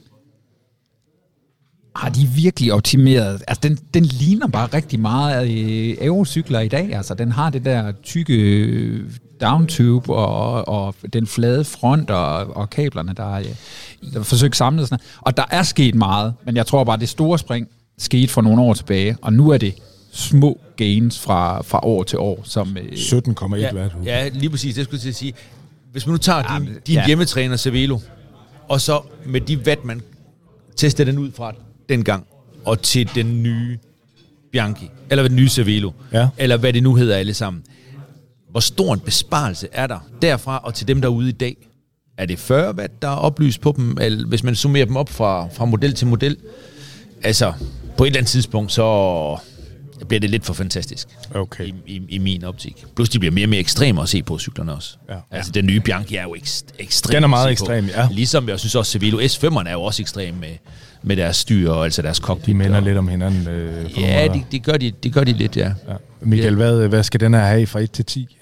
har de virkelig optimeret? Altså den, den ligner bare rigtig meget af aerocykler i dag, altså den har det der tykke downtube og, og den flade front og, og kablerne, der er, der er forsøgt samlet. Sådan. Og der er sket meget, men jeg tror bare, det store spring skete for nogle år tilbage, og nu er det små gains fra, fra år til år. Som, sytten komma et ja, watt. Ja, lige præcis. Det skulle jeg til at sige. Hvis man nu tager ja, din, din ja. hjemmetræner Cervelo, og så med de watt, man tester den ud fra dengang, og til den nye Bianchi, eller den nye Cervelo, ja. eller hvad det nu hedder alle sammen. Hvor stor en besparelse er der derfra og til dem, der er ude i dag? Er det fyrre watt, der er oplyst på dem, eller hvis man summerer dem op fra, fra model til model? Altså, på et eller andet tidspunkt, så bliver det lidt for fantastisk okay. i, i, i min optik. Plus, de bliver mere og mere ekstreme at se på cyklerne også. Ja. Altså, den nye Bianchi er jo ekst, ekstrem. Den er meget ekstrem, ja. Ligesom jeg synes også, Cervelo S fem'erne er jo også ekstrem med, med deres styr, altså deres cockpit. De minder lidt om hinanden. Øh, ja, det de gør, de, de gør de lidt, ja. ja. Michael, ja. Hvad, hvad skal den her have fra et til ti?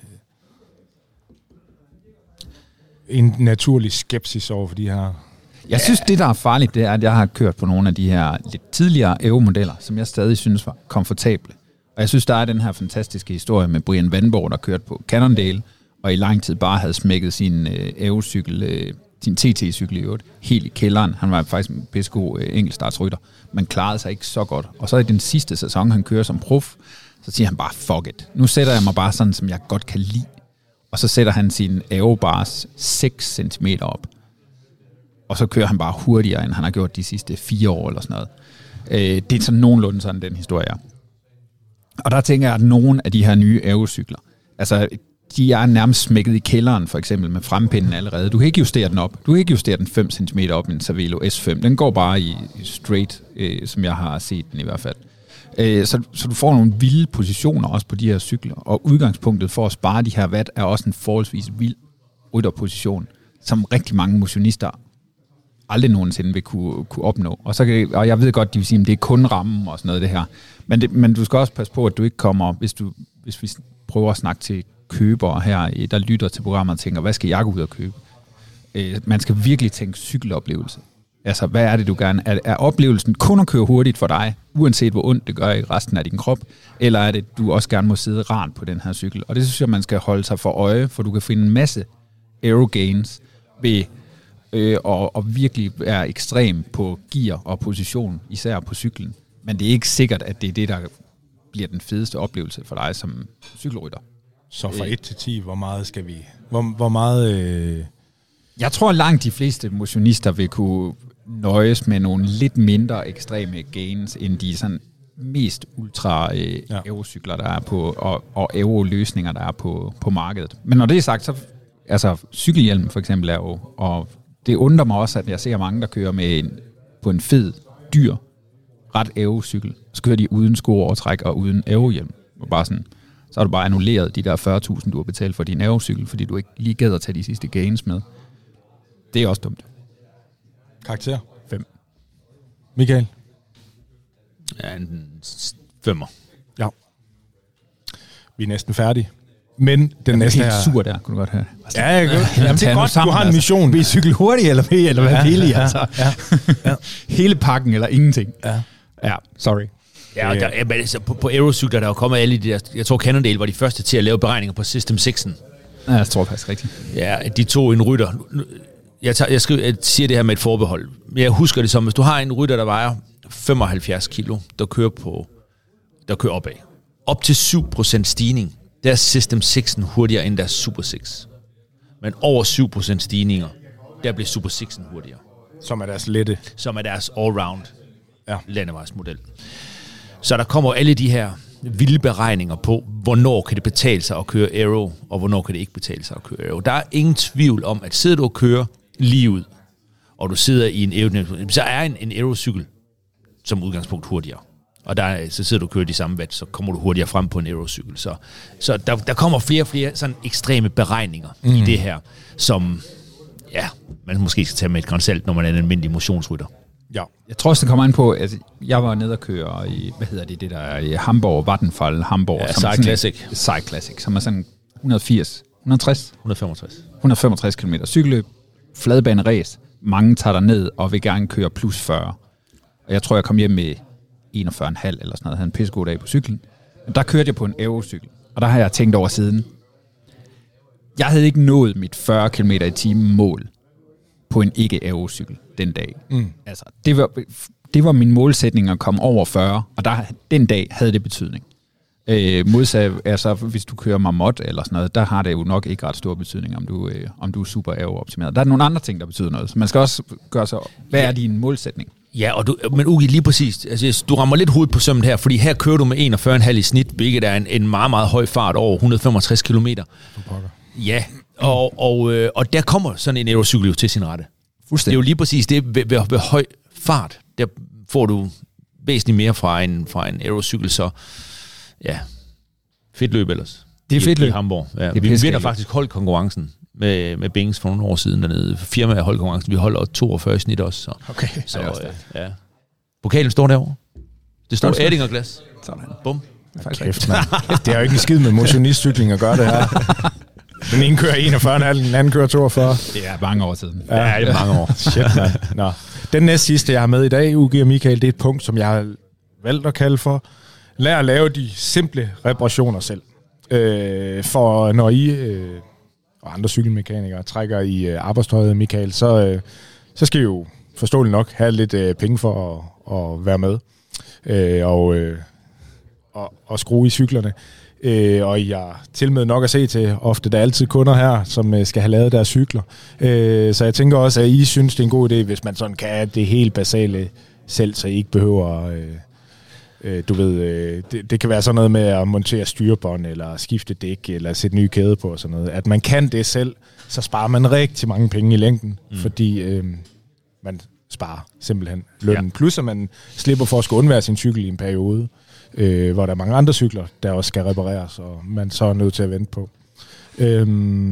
En naturlig skepsis over for de her... Jeg synes, det der er farligt, det er, at jeg har kørt på nogle af de her lidt tidligere Evo-modeller, som jeg stadig synes var komfortable. Og jeg synes, der er den her fantastiske historie med Brian Vanborg, der kørte på Cannondale, og i lang tid bare havde smækket sin øh, Evo-cykel, øh, sin T T-cykel i øvrigt, helt i kælderen. Han var faktisk en pissegod øh, enkeltstartsrytter, men klarede sig ikke så godt. Og så i den sidste sæson, han kører som prof, så siger han bare, fuck it. Nu sætter jeg mig bare sådan, som jeg godt kan lide. Og så sætter han sin Aero-bars seks centimeter op. Og så kører han bare hurtigere, end han har gjort de sidste fire år eller sådan noget. Øh, det er sådan nogenlunde sådan, den historie er. Og der tænker jeg, at nogle af de her nye Aero-cykler, altså de er nærmest smækket i kælderen, for eksempel med frempinden allerede. Du kan ikke justere den op. Du kan ikke justere den fem centimeter op med en Cervelo S fem. Den går bare i straight, øh, som jeg har set den i hvert fald. Øh, så, så du får nogle vilde positioner også på de her cykler. Og udgangspunktet for at spare de her watt er også en forholdsvis vild rytterposition, som rigtig mange motionister aldrig nogensinde vil kunne, kunne opnå. Og, så kan, og jeg ved godt, de vil sige, at det er kun rammen og sådan noget det her. Men, det, men du skal også passe på, at du ikke kommer, hvis, du, hvis vi prøver at snakke til købere her, der lytter til programmet og tænker, hvad skal jeg gå ud og købe? Øh, man skal virkelig tænke cykeloplevelse. Altså, hvad er det, du gerne... Er, er oplevelsen kun at køre hurtigt for dig, uanset hvor ondt det gør i resten af din krop, eller er det, du også gerne må sidde rart på den her cykel? Og det synes jeg, man skal holde sig for øje, for du kan finde en masse aerogains ved øh, og, og virkelig være ekstrem på gear og position, især på cyklen. Men det er ikke sikkert, at det er det, der bliver den fedeste oplevelse for dig som cykelrytter. Så fra et til ti, hvor meget skal vi... Hvor, hvor meget... Øh... Jeg tror langt de fleste motionister vil kunne nøjes med nogle lidt mindre ekstreme gains, end de sådan mest ultra øh, ja. aerocykler, der er på, og, og aero-løsninger, der er på, på markedet. Men når det er sagt, så altså cykelhjelm for eksempel er jo, og det undrer mig også, at jeg ser mange, der kører med en, på en fed, dyr, ret aerocykel, så kører de uden skoovertræk og uden aerohjelm. Bare sådan, så har du bare annulleret de der fyrre tusind, du har betalt for din aerocykel, fordi du ikke lige gad at tage de sidste gains med. Det er også dumt. Karakter? Fem. Michael? Ja, en femmer. Ja. Vi er næsten færdige. Men den jeg næste helt er... sur der, kunne du godt høre. Ja, jeg kan ja, Jamen, det er godt, sammen, du har en mission. Altså. Vil I cykle hurtigt, eller vil I, eller hvad ja, vil I, ja, altså? Ja, ja. Hele pakken, eller ingenting. Ja. Ja, sorry. Ja, og der, ja, men altså, på, på aerocykler, der er jo kommet alle de der... Jeg tror, Cannondale var de første til at lave beregninger på System seksen. Ja, jeg tror faktisk rigtigt. Ja, de tog en rytter. Jeg, tager, jeg, skriver, jeg siger det her med et forbehold. Men jeg husker det som, hvis du har en rytter, der vejer femoghalvfjerds kilo, der kører, på, der kører opad. Op til syv procent stigning. Der er System seksen hurtigere end deres Super seks. Men over syv procent stigninger, der bliver Super seksen hurtigere. Som er deres lette. Som er deres all-round ja. landevejsmodel. Så der kommer alle de her vilde beregninger på, hvornår kan det betale sig at køre aero, og hvornår kan det ikke betale sig at køre aero. Der er ingen tvivl om, at sidder du og kører lige ud, og du sidder i en aero, så er en, en aerocykel som udgangspunkt hurtigere. Og der, så sidder du og kører de samme watt, så kommer du hurtigere frem på en aerocykel. Så, så der, der kommer flere og flere sådan ekstreme beregninger mm. i det her, som ja, man måske skal tage med et gran salt, når man er en almindelig motionsrytter. Ja. Jeg tror også, det kommer an på, at jeg var nede og køre i, hvad hedder det, det der i Hamburg, Vattenfall, Hamburg. Ja, Cycle Classic. Cycle Classic, som er sådan et hundrede og firs, et hundrede og tres? et hundrede og femogtres. et hundrede og femogtres kilometer cykelløb, fladbaneræs. Mange tager der ned og vil gerne køre plus fyrre. Og jeg tror, jeg kom hjem med enogfyrre komma fem eller sådan noget. Jeg havde en pissegod dag på cyklen. Men der kørte jeg på en aerocykel. Og der har jeg tænkt over siden. jeg havde ikke nået mit fyrre kilometer i timen mål på en ikke-aerocykel den dag. Mm. Altså, det var, det var min målsætning at komme over fyrre, og der, den dag havde det betydning. Øh, modsat, altså, hvis du kører marmot eller sådan noget, der har det jo nok ikke ret stor betydning, om du, øh, om du er super aero-optimeret. Der er nogle andre ting, der betyder noget, så man skal også gøre sig, hvad er din målsætning? Ja, og du, men Ugi, lige præcis. Altså, du rammer lidt hovedet på sømmet her, fordi her kører du med enogfyrre komma fem i snit, hvilket er en, en meget, meget høj fart over et hundrede og femogtres kilometer. Ja, og, og, øh, og der kommer sådan en aerocykel jo til sin rette. Det er jo lige præcis det, ved, ved, ved høj fart, der får du væsentligt mere fra en, fra en aerocykel, så ja, fedt løb ellers. Det er fedt løb. I Hamburg. Ja. Det Vi vinder faktisk holdkonkurrencen med, med Bings for nogle år siden dernede. Firmaet holdkonkurrencen, vi holder toogfyrre i snit også. Så. Okay. Så, øh, ja. Pokalen står derovre. Det står Edding og glas. Sådan. Bum. Kæft, man. Det har jo ikke en skid med motionistcykling at gøre det her. Den ene kører enogfyrre komma fem, den anden kører toogfyrre. Det er mange år siden. Ja, ja, det er mange år. Shit, man. Nå. Den næste sidste, jeg har med i dag, Ugi og Michael, det er et punkt, som jeg har valgt at kalde for lær at lave de simple reparationer selv. Øh, for når I øh, og andre cykelmekanikere trækker i øh, arbejdstøjet, Michael, så, øh, så skal I jo forståeligt nok have lidt øh, penge for at, at være med øh, og, øh, og, og skrue i cyklerne. Øh, og I har tilmed nok at se til. Ofte der er altid kunder her, som øh, skal have lavet deres cykler. Øh, så jeg tænker også, at I synes, det er en god idé, hvis man sådan kan det helt basale selv, så I ikke behøver... Øh, Du ved, det, det kan være sådan noget med at montere styrebånd, eller skifte dæk, eller sætte nye kæde på og sådan noget. At man kan det selv, så sparer man rigtig mange penge i længden, mm. fordi øh, man sparer simpelthen lønnen. Ja. Plus at man slipper for at skulle undvære sin cykel i en periode, øh, hvor der er mange andre cykler, der også skal repareres, og man så er nødt til at vente på. Øh,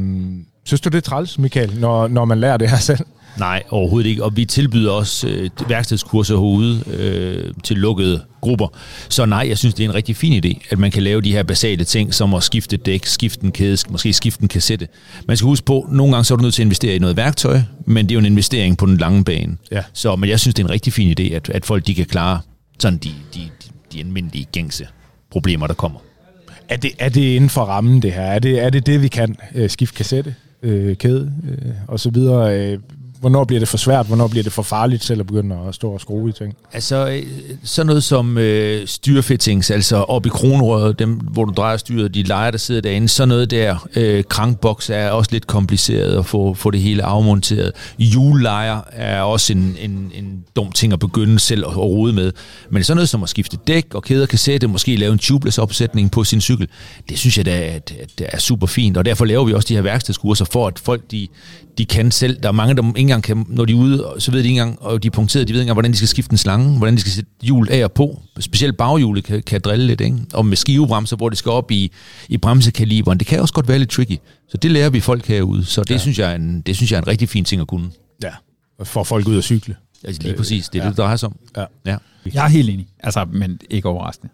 synes du, det er træls, Michael, når, når man lærer det her selv? Nej, overhovedet ikke. Og vi tilbyder også øh, værkstedskurser herude øh, til lukkede grupper. Så nej, jeg synes, det er en rigtig fin idé, at man kan lave de her basale ting, som at skifte dæk, skifte en kæde, måske skifte en kassette. Man skal huske på, nogle gange så er du nødt til at investere i noget værktøj, men det er jo en investering på den lange bane. Ja. Så men jeg synes, det er en rigtig fin idé, at, at folk de kan klare sådan de, de, de almindelige gængse problemer, der kommer. Er det, er det inden for rammen, det her? Er det er det, det vi kan? Øh, skifte kassette, øh, kæde øh, og så videre? Øh, Hvornår bliver det for svært? Hvornår bliver det for farligt selv at begynde at stå og skrue i ting? Altså, sådan noget som øh, styrfittings, altså op i kronrøret, dem, hvor du drejer styret, de lejer, der sidder derinde, sådan noget der. Øh, krankboks er også lidt kompliceret at få, få det hele afmonteret. Hjullejer er også en, en, en dum ting at begynde selv at, at rode med. Men sådan noget som at skifte dæk og kæde og kassette, måske lave en tubeless opsætning på sin cykel, det synes jeg da at, at det er super fint. Og derfor laver vi også de her værkstedskurser for, at folk de, de kan selv. Der er mange, der ikke engang kan, når de er ude, så ved de ikke engang, og de er punkteret, de ved ikke engang, hvordan de skal skifte en slange, hvordan de skal sætte hjulet af og på. Specielt baghjulet kan, kan drille lidt, ikke? Og med skivebremser, hvor det skal op i, i bremsekaliberen, det kan også godt være lidt tricky. Så det lærer vi folk herude, så det, ja. synes jeg er en, det synes jeg er en rigtig fin ting at kunne. Ja, og få folk ud at cykle. Altså lige præcis, det er ja. det, det drejer sig om. Ja. Ja. Jeg er helt enig, altså, men ikke overraskende.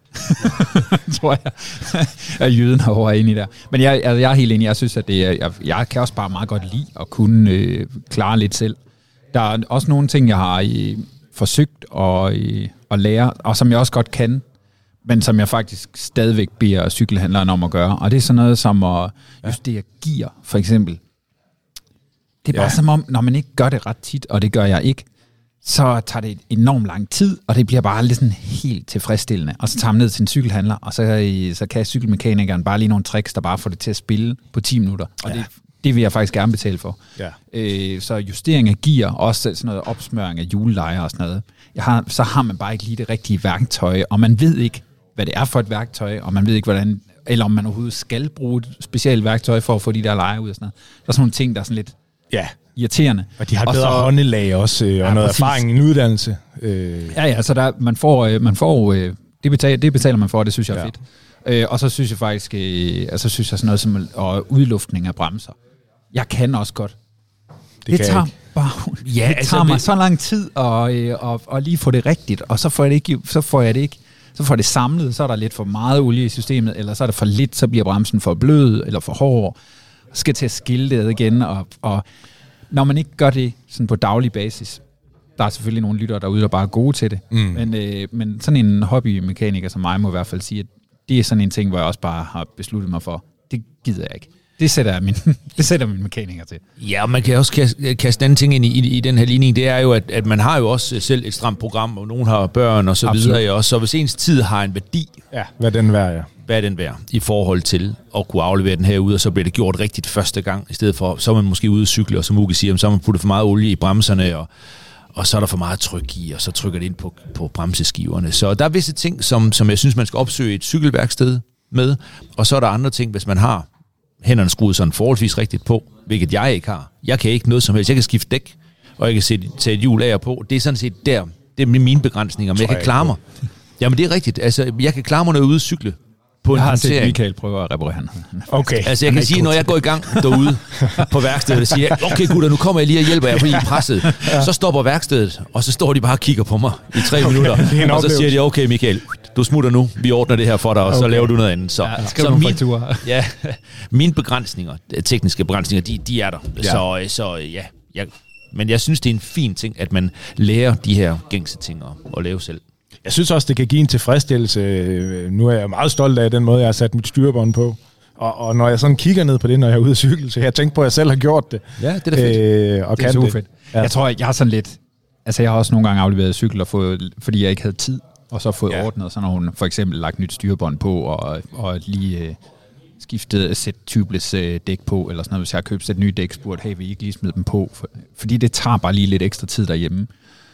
tror jeg, at jyden er over enig der. Men jeg, altså, jeg er helt enig, jeg synes, at det er, jeg, jeg kan også bare meget godt lide at kunne øh, klare lidt selv. Der er også nogle ting, jeg har øh, forsøgt at, øh, at lære, og som jeg også godt kan, men som jeg faktisk stadigvæk beder cykelhandleren om at gøre. Og det er sådan noget som at justere gear, for eksempel. Det er bare ja. som om, når man ikke gør det ret tit, og det gør jeg ikke, så tager det enormt lang tid, og det bliver bare lidt sådan helt tilfredsstillende. Og så tager man ned til en cykelhandler, og så, så kan cykelmekanikeren bare lige nogle tricks, der bare får det til at spille på ti minutter. Og ja. det, det vil jeg faktisk gerne betale for. Ja. Øh, så justering af gear, også sådan noget opsmøring af hjullejer og sådan noget. Jeg har, så har man bare ikke lige det rigtige værktøj, og man ved ikke, hvad det er for et værktøj, og man ved ikke, hvordan, eller om man overhovedet skal bruge et specielt værktøj for at få de der lejer ud og sådan noget. Der er sådan nogle ting, der er sådan lidt... Ja. irriterende. Og de har bedre og så, håndelag også, øh, og ja, noget præcis. erfaring i en uddannelse. Øh. Ja, ja, så der, man får, øh, man får øh, det, betaler, det betaler man for, og det synes jeg er ja. fedt. Øh, og så synes jeg faktisk, øh, altså synes jeg sådan noget som og udluftning af bremser. Jeg kan også godt. Det, det tager bare, ja, det altså, tager mig så lang tid at øh, og, og lige få det rigtigt, og så får jeg det ikke, så får jeg det ikke, så får det samlet, så er der lidt for meget olie i systemet, eller så er det for lidt, så bliver bremsen for blød eller for hård. Skal til at skille det igen, og, og når man ikke gør det sådan på daglig basis, der er selvfølgelig nogle lyttere derude, der bare er gode til det, mm. men, øh, men sådan en hobbymekaniker som mig må i hvert fald sige, at det er sådan en ting, hvor jeg også bare har besluttet mig for, det gider jeg ikke. Det sætter min, det sætter min mekaniker til. Ja, og man kan også kaste, kaste anden ting ind i, i, i den her ligning. Det er jo, at, at man har jo også selv et stramt program, og nogen har børn og så Absolut. videre. Også. Så hvis ens tid har en værdi, ja, hvad den værd, ja. hvad er den værd i forhold til at kunne aflevere den her ud, og så bliver det gjort rigtigt første gang, i stedet for, så er man måske ude at cykle, og som Uke siger, så har man puttet for meget olie i bremserne, og, og så er der for meget tryk i, og så trykker det ind på, på bremseskiverne. Så der er visse ting, som, som jeg synes, man skal opsøge et cykelværksted med, og så er der andre ting, hvis man har hænderne skruet sådan forholdsvis rigtigt på, hvilket jeg ikke har. Jeg kan ikke noget som helst. Jeg kan skifte dæk, og jeg kan sætte, tage et hjul af og på. Det er sådan set der, det er mine begrænsninger, men jeg kan klare mig. Jamen det er rigtigt. Altså, jeg kan klare mig, når jeg er ude at cykle. På jeg en har set Michael prøve at reparere han. Okay. Altså jeg kan sige, når jeg går i gang derude på værkstedet, og siger, okay gutter, nu kommer jeg lige og hjælper jer, fordi I er presset. Ja. Så stopper værkstedet, og så står de bare og kigger på mig i tre okay. minutter. Og så siger de, okay Michael, du smutter nu, vi ordner det her for dig, og okay. så laver du noget andet. Så, ja, så min, ja, mine begrænsninger, tekniske begrænsninger, de, de er der. Ja. Så, så ja, jeg, men jeg synes, det er en fin ting, at man lærer de her gængse ting at lave selv. Jeg synes også, det kan give en tilfredsstillelse. Nu er jeg meget stolt af den måde, jeg har sat mit styrebånd på. Og, og når jeg sådan kigger ned på det, når jeg er ude at cykle, så jeg tænker på, at jeg selv har gjort det. Ja, det er da fedt. Øh, og det er kan så det. fedt. Ja. Jeg tror, jeg har sådan lidt... Altså, jeg har også nogle gange afleveret cykel, og fået, fordi jeg ikke havde tid, og så fået ja. ordnet sådan nogle, for eksempel lagt nyt styrebånd på, og, og lige øh, skiftet sæt tubeless øh, dæk på, eller sådan noget. Hvis jeg har købt et nyt dæk, spurgt, hey, vil I ikke lige smide dem på? For, fordi det tager bare lige lidt ekstra tid derhjemme.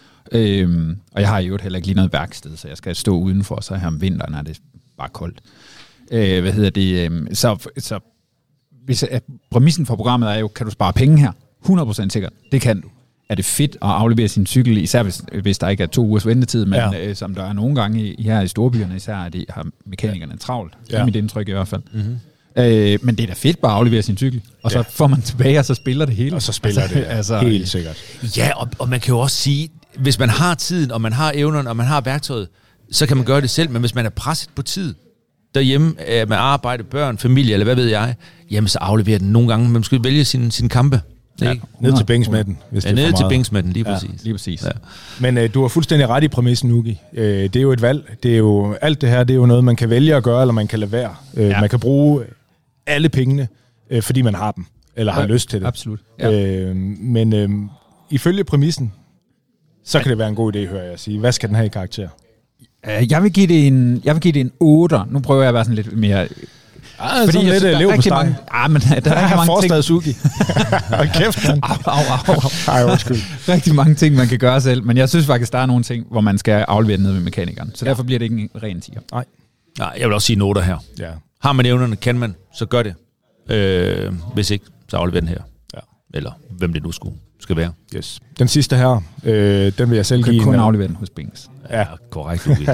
Øhm, og jeg har jo heller ikke lige noget værksted, så jeg skal stå udenfor, så her om vinteren er det bare koldt. Øh, hvad hedder det? Øh, så så hvis, øh, præmissen for programmet er jo, kan du spare penge her? hundrede procent sikkert. Det kan du. Er det fedt at aflevere sin cykel, især hvis, hvis der ikke er to ugers ventetid, men ja. øh, som der er nogle gange i, her i storbyerne, især at de har mekanikerne travlt. Ja. Det er mit indtryk i hvert fald. Mm-hmm. Øh, men det er da fedt bare at aflevere sin cykel, og så ja. får man tilbage, og så spiller det hele. Og så spiller altså, det altså, helt sikkert. Ja, og, og man kan jo også sige, hvis man har tiden, og man har evnerne, og man har værktøjet, så kan man gøre det selv, men hvis man er presset på tid, derhjemme med arbejde, børn, familie, eller hvad ved jeg, jamen så afleverer den nogle gange, man skal vælge sin, sin kampe. Ja, ned til bænksmætten, hvis ja, det er ned for til bænksmætten, lige præcis. Ja, lige præcis. Ja. Men øh, du har fuldstændig ret i præmissen, Ugi. Øh, det er jo et valg. Det er jo, alt det her, det er jo noget, man kan vælge at gøre, eller man kan lade være. Øh, ja. Man kan bruge alle pengene, øh, fordi man har dem, eller har ja, lyst til det. Absolut. Ja. Øh, men øh, ifølge præmissen, så kan det være en god idé, hører jeg at sige. Hvad skal den have i karakter? Jeg vil give det en, jeg vil give det en otter. Nu prøver jeg at være sådan lidt mere... Ah, fordi jeg lidt elev på stang. Ah, men der er rigtig mange ting. Ugi. Hold kæft, man. Au, au, au. Ej, undskyld. Rigtig mange ting, man kan gøre selv, men jeg synes faktisk, der er nogle ting, hvor man skal aflevere ned med mekanikeren. Så ja. derfor bliver det ikke en ren tier. Nej. Nej, jeg vil også sige noter her. Ja. Har man evnerne, kan man, så gør det. Øh, hvis ikke, så aflever den her. Ja. Eller hvem det nu skulle, skal være. Yes. Den sidste her, øh, den vil jeg selv give. Du kan kun aflevere den hos Bings. Ja, ja korrekt. Okay.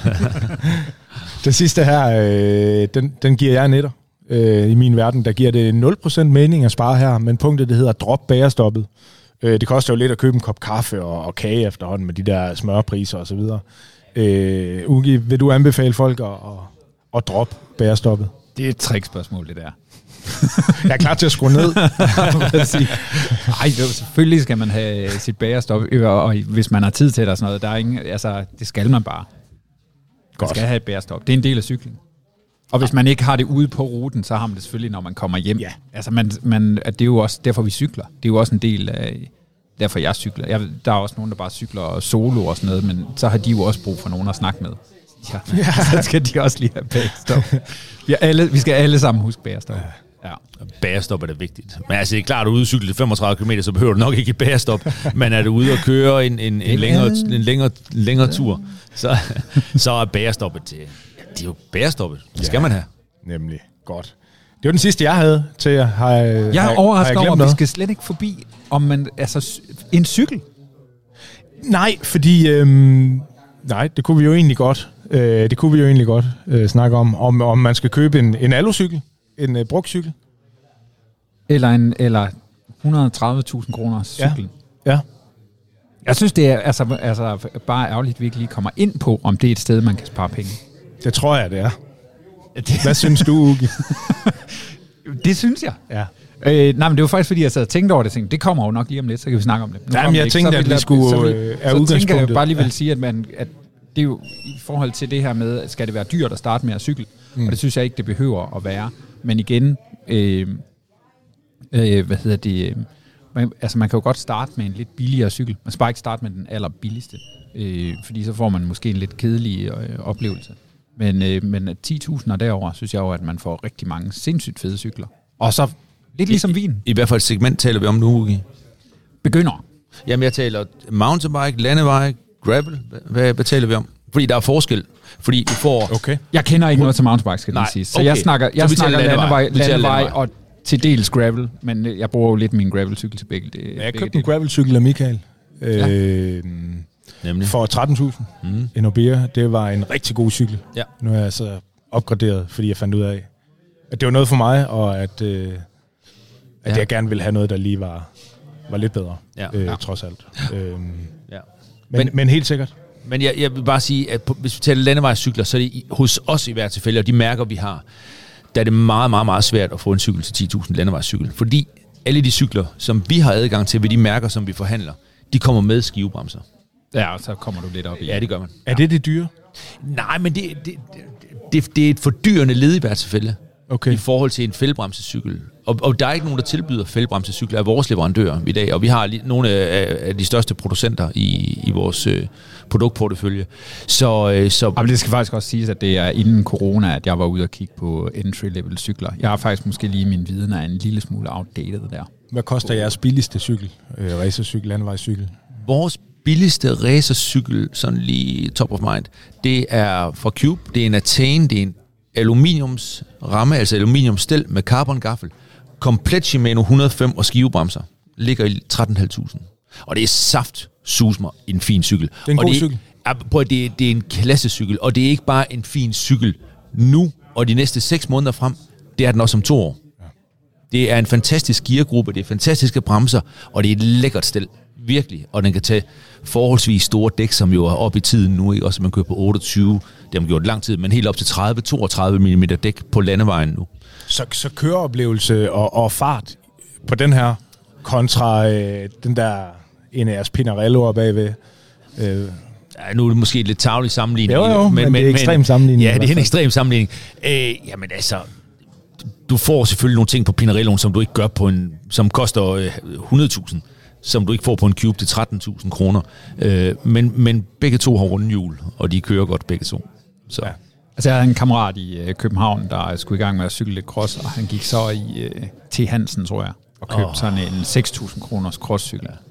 Den sidste her, øh, den, den giver jeg en etter. Øh, I min verden, der giver det nul procent mening at spare her, men punktet, det hedder drop bagerstoppet. Øh, det koster jo lidt at købe en kop kaffe og, og kage efterhånden med de der smørpriser og så videre. Øh, Ugi, vil du anbefale folk at, at, at droppe bagerstoppet? Det er et trickspørgsmål, det der. Jeg er klar til at skrue ned. Ej, selvfølgelig skal man have sit bagerstop, og hvis man har tid til det og sådan noget, der er ingen, altså, det skal man bare. Man skal have et bagerstop. Det er en del af cykling. Og hvis man ikke har det ude på ruten, så har man det selvfølgelig, når man kommer hjem. Ja. Altså, man, man, det er jo også derfor, vi cykler. Det er jo også en del af, derfor jeg cykler. Jeg, der er også nogen, der bare cykler solo og sådan noget, men så har de jo også brug for nogen at snakke med. Ja, ja. Så skal de også lige have bagerstop. Vi, alle, vi skal alle sammen huske bagerstop. Ja. Ja. Bagerstop er det vigtigt. Men altså, det er klart, at du er ude at cykle femogtredive kilometer, så behøver du nok ikke et bagerstop. Men er du ude og køre en, en, en, længere, en længere, længere tur, så, så er bagerstoppet til... Det er jo bagerstoppet. Det skal ja, man have. Nemlig. Godt. Det var den sidste, jeg havde til jer. Har, jeg er overrasket over, at vi skal slet ikke forbi om man, altså, en cykel. Nej, fordi... Øhm, nej, det kunne vi jo egentlig godt. Øh, det kunne vi jo egentlig godt øh, snakke om. Om, om man skal købe en, en alucykel. En øh, brugtcykel. Eller en eller et hundrede og tredive tusind kroner cykel. Ja. ja. Jeg synes, det er altså, altså bare ærgerligt, at vi ikke lige kommer ind på, om det er et sted, man kan spare penge. Det tror jeg, det er. Hvad synes du, Ugi? Det synes jeg. Ja. Øh, nej, men det var faktisk, fordi jeg sad og tænkte over det. Tænkte, det kommer jo nok lige om lidt, så kan vi snakke om det. Nu Jamen, jeg tænkte, så at vi skulle... Så, øh, så udgangspunktet. tænker jeg bare lige vil sige, at, man, at det er jo i forhold til det her med, skal det være dyrt at starte med at cykle? Mm. Og det synes jeg ikke, det behøver at være. Men igen, øh, Øh, hvad hedder det? Man, altså man kan jo godt starte med en lidt billigere cykel. Man skal bare ikke starte med den allerbilligste. Øh, fordi så får man måske en lidt kedelig øh, oplevelse. Men, øh, men ti tusind og derover, synes jeg jo, at man får rigtig mange sindssygt fede cykler. Og så lidt ligesom I, vin. I, I hvert fald et segment taler vi om nu, Ugi. Begynder. Jamen, jeg taler mountainbike, landevej, gravel. Hvad, hvad taler vi om? Fordi der er forskel. Fordi du får... Okay. Jeg kender ikke noget til mountainbike, skal det sige. Så okay. jeg snakker, jeg så snakker landevej, landevej, landevej og og til dels gravel. Men jeg bruger jo lidt min gravelcykel til begge. Det, Jeg købte en gravelcykel af Michael. Ja. Øh, Nemlig. for tretten tusind. Mm. En Orbea. Det var en rigtig god cykel. Ja. Nu er jeg så opgraderet, fordi jeg fandt ud af, at det var noget for mig, og at, øh, at Ja. jeg gerne ville have noget, der lige var, var lidt bedre. Ja. Øh, Ja. trods alt. Øhm, Ja. men, Men- men helt sikkert. Men jeg, jeg vil bare sige, at på, hvis vi taler landevejscykler, så er det i, hos os i hvert tilfælde, og de mærker, vi har, der er det meget, meget, meget svært at få en cykel til ti tusind landevejscykel. Fordi alle de cykler, som vi har adgang til ved de mærker, som vi forhandler, de kommer med skivebremser. Ja, og så kommer du lidt op i. Ja, det gør man. Er det det dyre? Nej, men det, det, det, det er et fordyrende led i hvert tilfælde. Okay. I forhold til en fældbremsecykel. Og, og der er ikke nogen, der tilbyder fældbremsecykler af vores leverandører i dag, og vi har lige, nogle af, af de største producenter i, i vores øh, produktportefølje. Så, øh, så Og det skal faktisk også siges, at det er inden corona, at jeg var ude og kigge på entry-level cykler. Jeg har faktisk måske lige min viden er en lille smule outdated der. Hvad koster jeres billigste cykel? Øh, racercykel, landevejscykel? vores billigste racercykel, sådan lige top of mind, det er fra Cube. Det er en Attain, det er en aluminiumsramme, altså aluminiumstel med carbongaffel. Komplet Shimano et hundrede og fem og skivebremser. Ligger i tretten tusind fem hundrede. Og det er saft susmer en fin cykel. Det er en og god det, cykel. Ja, prøv, det, er, det er en klassecykel, og det er ikke bare en fin cykel nu og de næste seks måneder frem. Det er den også om to år. Ja. Det er en fantastisk geargruppe, det er fantastiske bremser, og det er et lækkert stel. Virkelig. Og den kan tage forholdsvis store dæk, som jo er oppe i tiden nu, ikke? Også man kører på otteogtyve, det har man gjort lang tid, men helt op til tredive til toogtredive millimeter dæk på landevejen nu. Så, så køreoplevelse og, og fart på den her, kontra øh, den der N A S Pinarello bagved. Øh. Ja, nu er det måske et lidt tarvelig sammenligning. Jo, jo, men, men det er en ekstrem sammenligning. Ja, det er en ekstrem sammenligning. Øh, jamen altså, du får selvfølgelig nogle ting på Pinarelloen, som du ikke gør på en, som koster øh, hundrede tusind, som du ikke får på en Cube til tretten tusind kroner. Øh, men, men begge to har rundhjul, og de kører godt begge to. Så. Ja. Altså, jeg havde en kammerat i øh, København, der skulle i gang med at cykle lidt cross, og han gik så i øh, T. Hansen, tror jeg, og købte oh. sådan en seks tusind kroners crosscykel. Ja.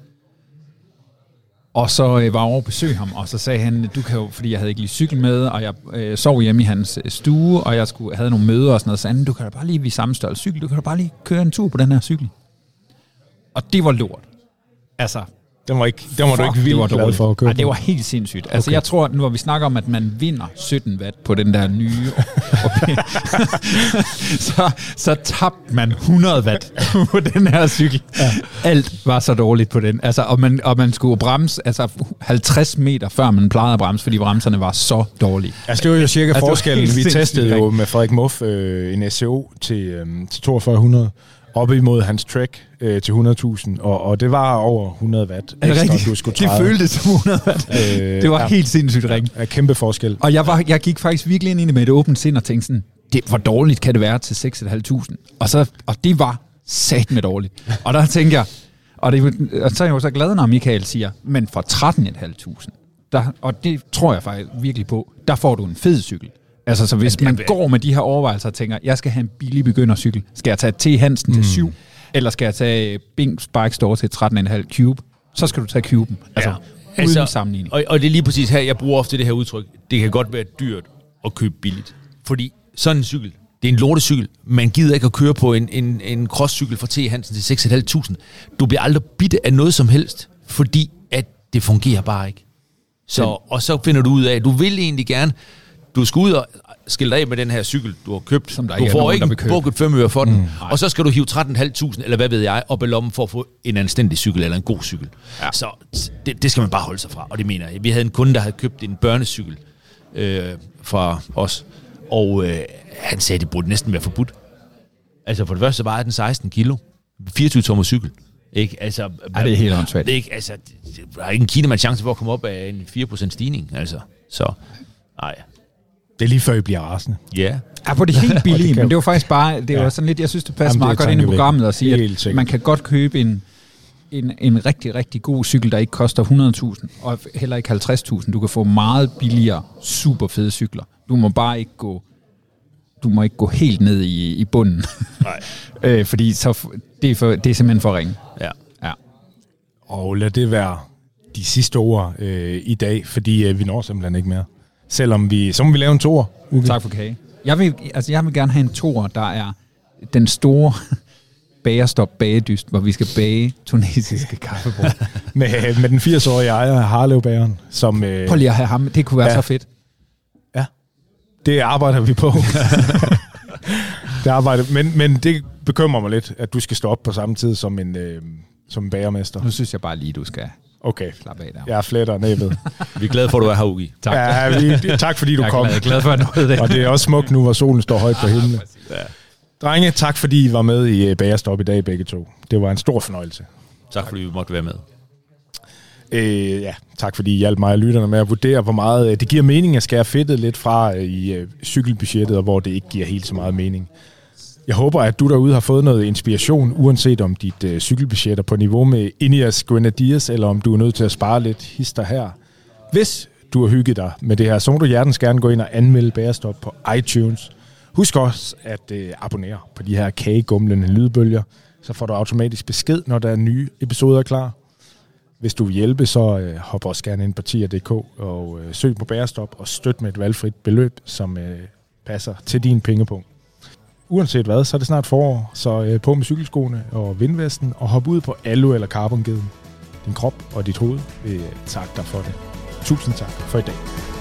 Og så øh, var jeg over at besøge ham, og så sagde han, du kan jo, fordi jeg havde ikke lige cykel med, og jeg øh, sov hjemme i hans øh, stue, og jeg skulle, havde nogle møder og sådan noget, så sagde han, du kan da bare lige vise samme størrelse cykel, du kan da bare lige køre en tur på den her cykel. Og det var lort. Altså, Den var, ikke, den var du ikke vildt glad for at køre. Ej, det var helt sindssygt. Altså, okay. Jeg tror, nu hvor vi snakker om, at man vinder sytten watt på den der nye, så, så tabte man hundrede watt på den her cykel. Ja. Alt var så dårligt på den. Altså, og, man, og man skulle bremse altså, halvtreds meter, før man plejede at bremse, fordi bremserne var så dårlige. Altså, det var jo cirka altså, forskellen. Vi testede jo med Frederik Muff øh, en S C O til, øh, til toogfyrre hundrede. Op imod hans Trek øh, til hundrede tusind, og, og det var over hundrede watt ekstra, du skulle træde. Det føltes som hundrede watt. Øh, det var ja, helt sindssygt ringe. Ja, kæmpe forskel. Og jeg, var, jeg gik faktisk virkelig ind i det med et åbent sind og tænkte sådan, det, hvor dårligt kan det være til seks tusind fem hundrede? Og, så, og det var satme dårligt. Og der tænkte jeg, og, det, og så er jeg jo så glad, når Michael siger, men for tretten tusind fem hundrede, der, og det tror jeg faktisk virkelig på, der får du en fed cykel. Altså, så hvis man går med de her overvejelser og tænker, jeg skal have en billig begyndercykel, skal jeg tage T. Hansen mm. til syv, eller skal jeg tage Bings Bike Store til tretten komma fem Cube, så skal du tage Cuben. Altså, ja. Uden altså, sammenligning. Og, og det er lige præcis her, jeg bruger ofte det her udtryk, det kan godt være dyrt at købe billigt. Fordi sådan en cykel, det er en lortecykel, man gider ikke at køre på en, en, en crosscykel fra T. Hansen til seks tusind fem hundrede. Du bliver aldrig bitte af noget som helst, fordi at det fungerer bare ikke. Så, og så finder du ud af, at du vil egentlig gerne, du skal ud og skille dig af med den her cykel, du har købt. Som der du får nogen, ikke brugt fem øre for den. Mm. Og så skal du hive tretten tusind fem hundrede, eller hvad ved jeg, op i lommen for at få en anstændig cykel, eller en god cykel. Ja. Så det, det skal man bare holde sig fra, og det mener jeg. Vi havde en kunde, der havde købt en børnecykel øh, fra os, og øh, han sagde, at det burde næsten være forbudt. Altså for det første var den seksten kilo. fireogtyve tommer cykel. Ikke? Altså, ja, det er helt åndssvagt. Ikke? Altså, der er ikke en kinamands chance for at komme op af en fire procent stigning. Altså. Så, nej. Det er lige før I bliver rasende. Ja. Ja, på det helt billige, det kan- men det var faktisk bare, det var Ja. sådan lidt, jeg synes, det passer Jamen, det er meget godt ind i tankevækkende. programmet at sige, Helt at sikkert. man kan godt købe en, en, en rigtig, rigtig god cykel, der ikke koster hundrede tusind, og heller ikke halvtreds tusind. Du kan få meget billigere, super fede cykler. Du må bare ikke gå, du må ikke gå helt ned i, i bunden. Nej. øh, fordi så, f- det, er for, det er simpelthen for ringe. Ja. Ja. Og lad det være de sidste ord øh, i dag, fordi øh, vi når simpelthen ikke mere. Selvom vi, så må vi lave en toer. Uge. Tak for kage. Jeg vil, altså jeg vil gerne have en toer, der er den store bagerstop bagedyst, hvor vi skal bage tunesiske kaffebrød. Med, med den firs-årige ejer af Harlevbageren, som... Øh, Prøv lige at have ham. Det kunne være Ja. så fedt. det arbejder vi på. det arbejder, men, men det bekymrer mig lidt, at du skal stå op på samme tid som en, øh, som en bagermester. Nu synes jeg bare lige, du skal Okay, slappe af der. jeg fletter næbet. Vi er glade for, at du er her, Ugi. Tak. Ja, vi, tak fordi du jeg er kom. glad, glad for, at jeg nåede det. Og det er også smukt nu, hvor solen står højt på himlen. Ja. Drenge, tak fordi I var med i øh, Bagerstop i dag begge to. Det var en stor fornøjelse. Tak fordi vi måtte være med. Øh, ja, tak fordi I hjalp mig og lytterne med at vurdere, hvor meget øh, det giver mening at skære fedtet lidt fra øh, i øh, cykelbudgettet, og hvor det ikke giver helt så meget mening. Jeg håber, at du derude har fået noget inspiration, uanset om dit øh, cykelbudget er på niveau med Ineos Grenadiers, eller om du er nødt til at spare lidt hister her. Hvis du har hygget dig med det her, så må du hjertens gerne gå ind og anmelde Bagerstop på iTunes. Husk også at øh, abonnere på de her kagegumlende lydbølger, så får du automatisk besked, når der er nye episoder klar. Hvis du vil hjælpe, så øh, hop også gerne ind på tier punktum d k og øh, søg på Bagerstop og støt med et valgfrit beløb, som øh, passer til din pengepunkt. Uanset hvad, så er det snart forår, så øh, på med cykelskoene og vindvesten og hop ud på alu- eller carbongeden. Din krop og dit hoved vil takke dig for det. Tusind tak for i dag.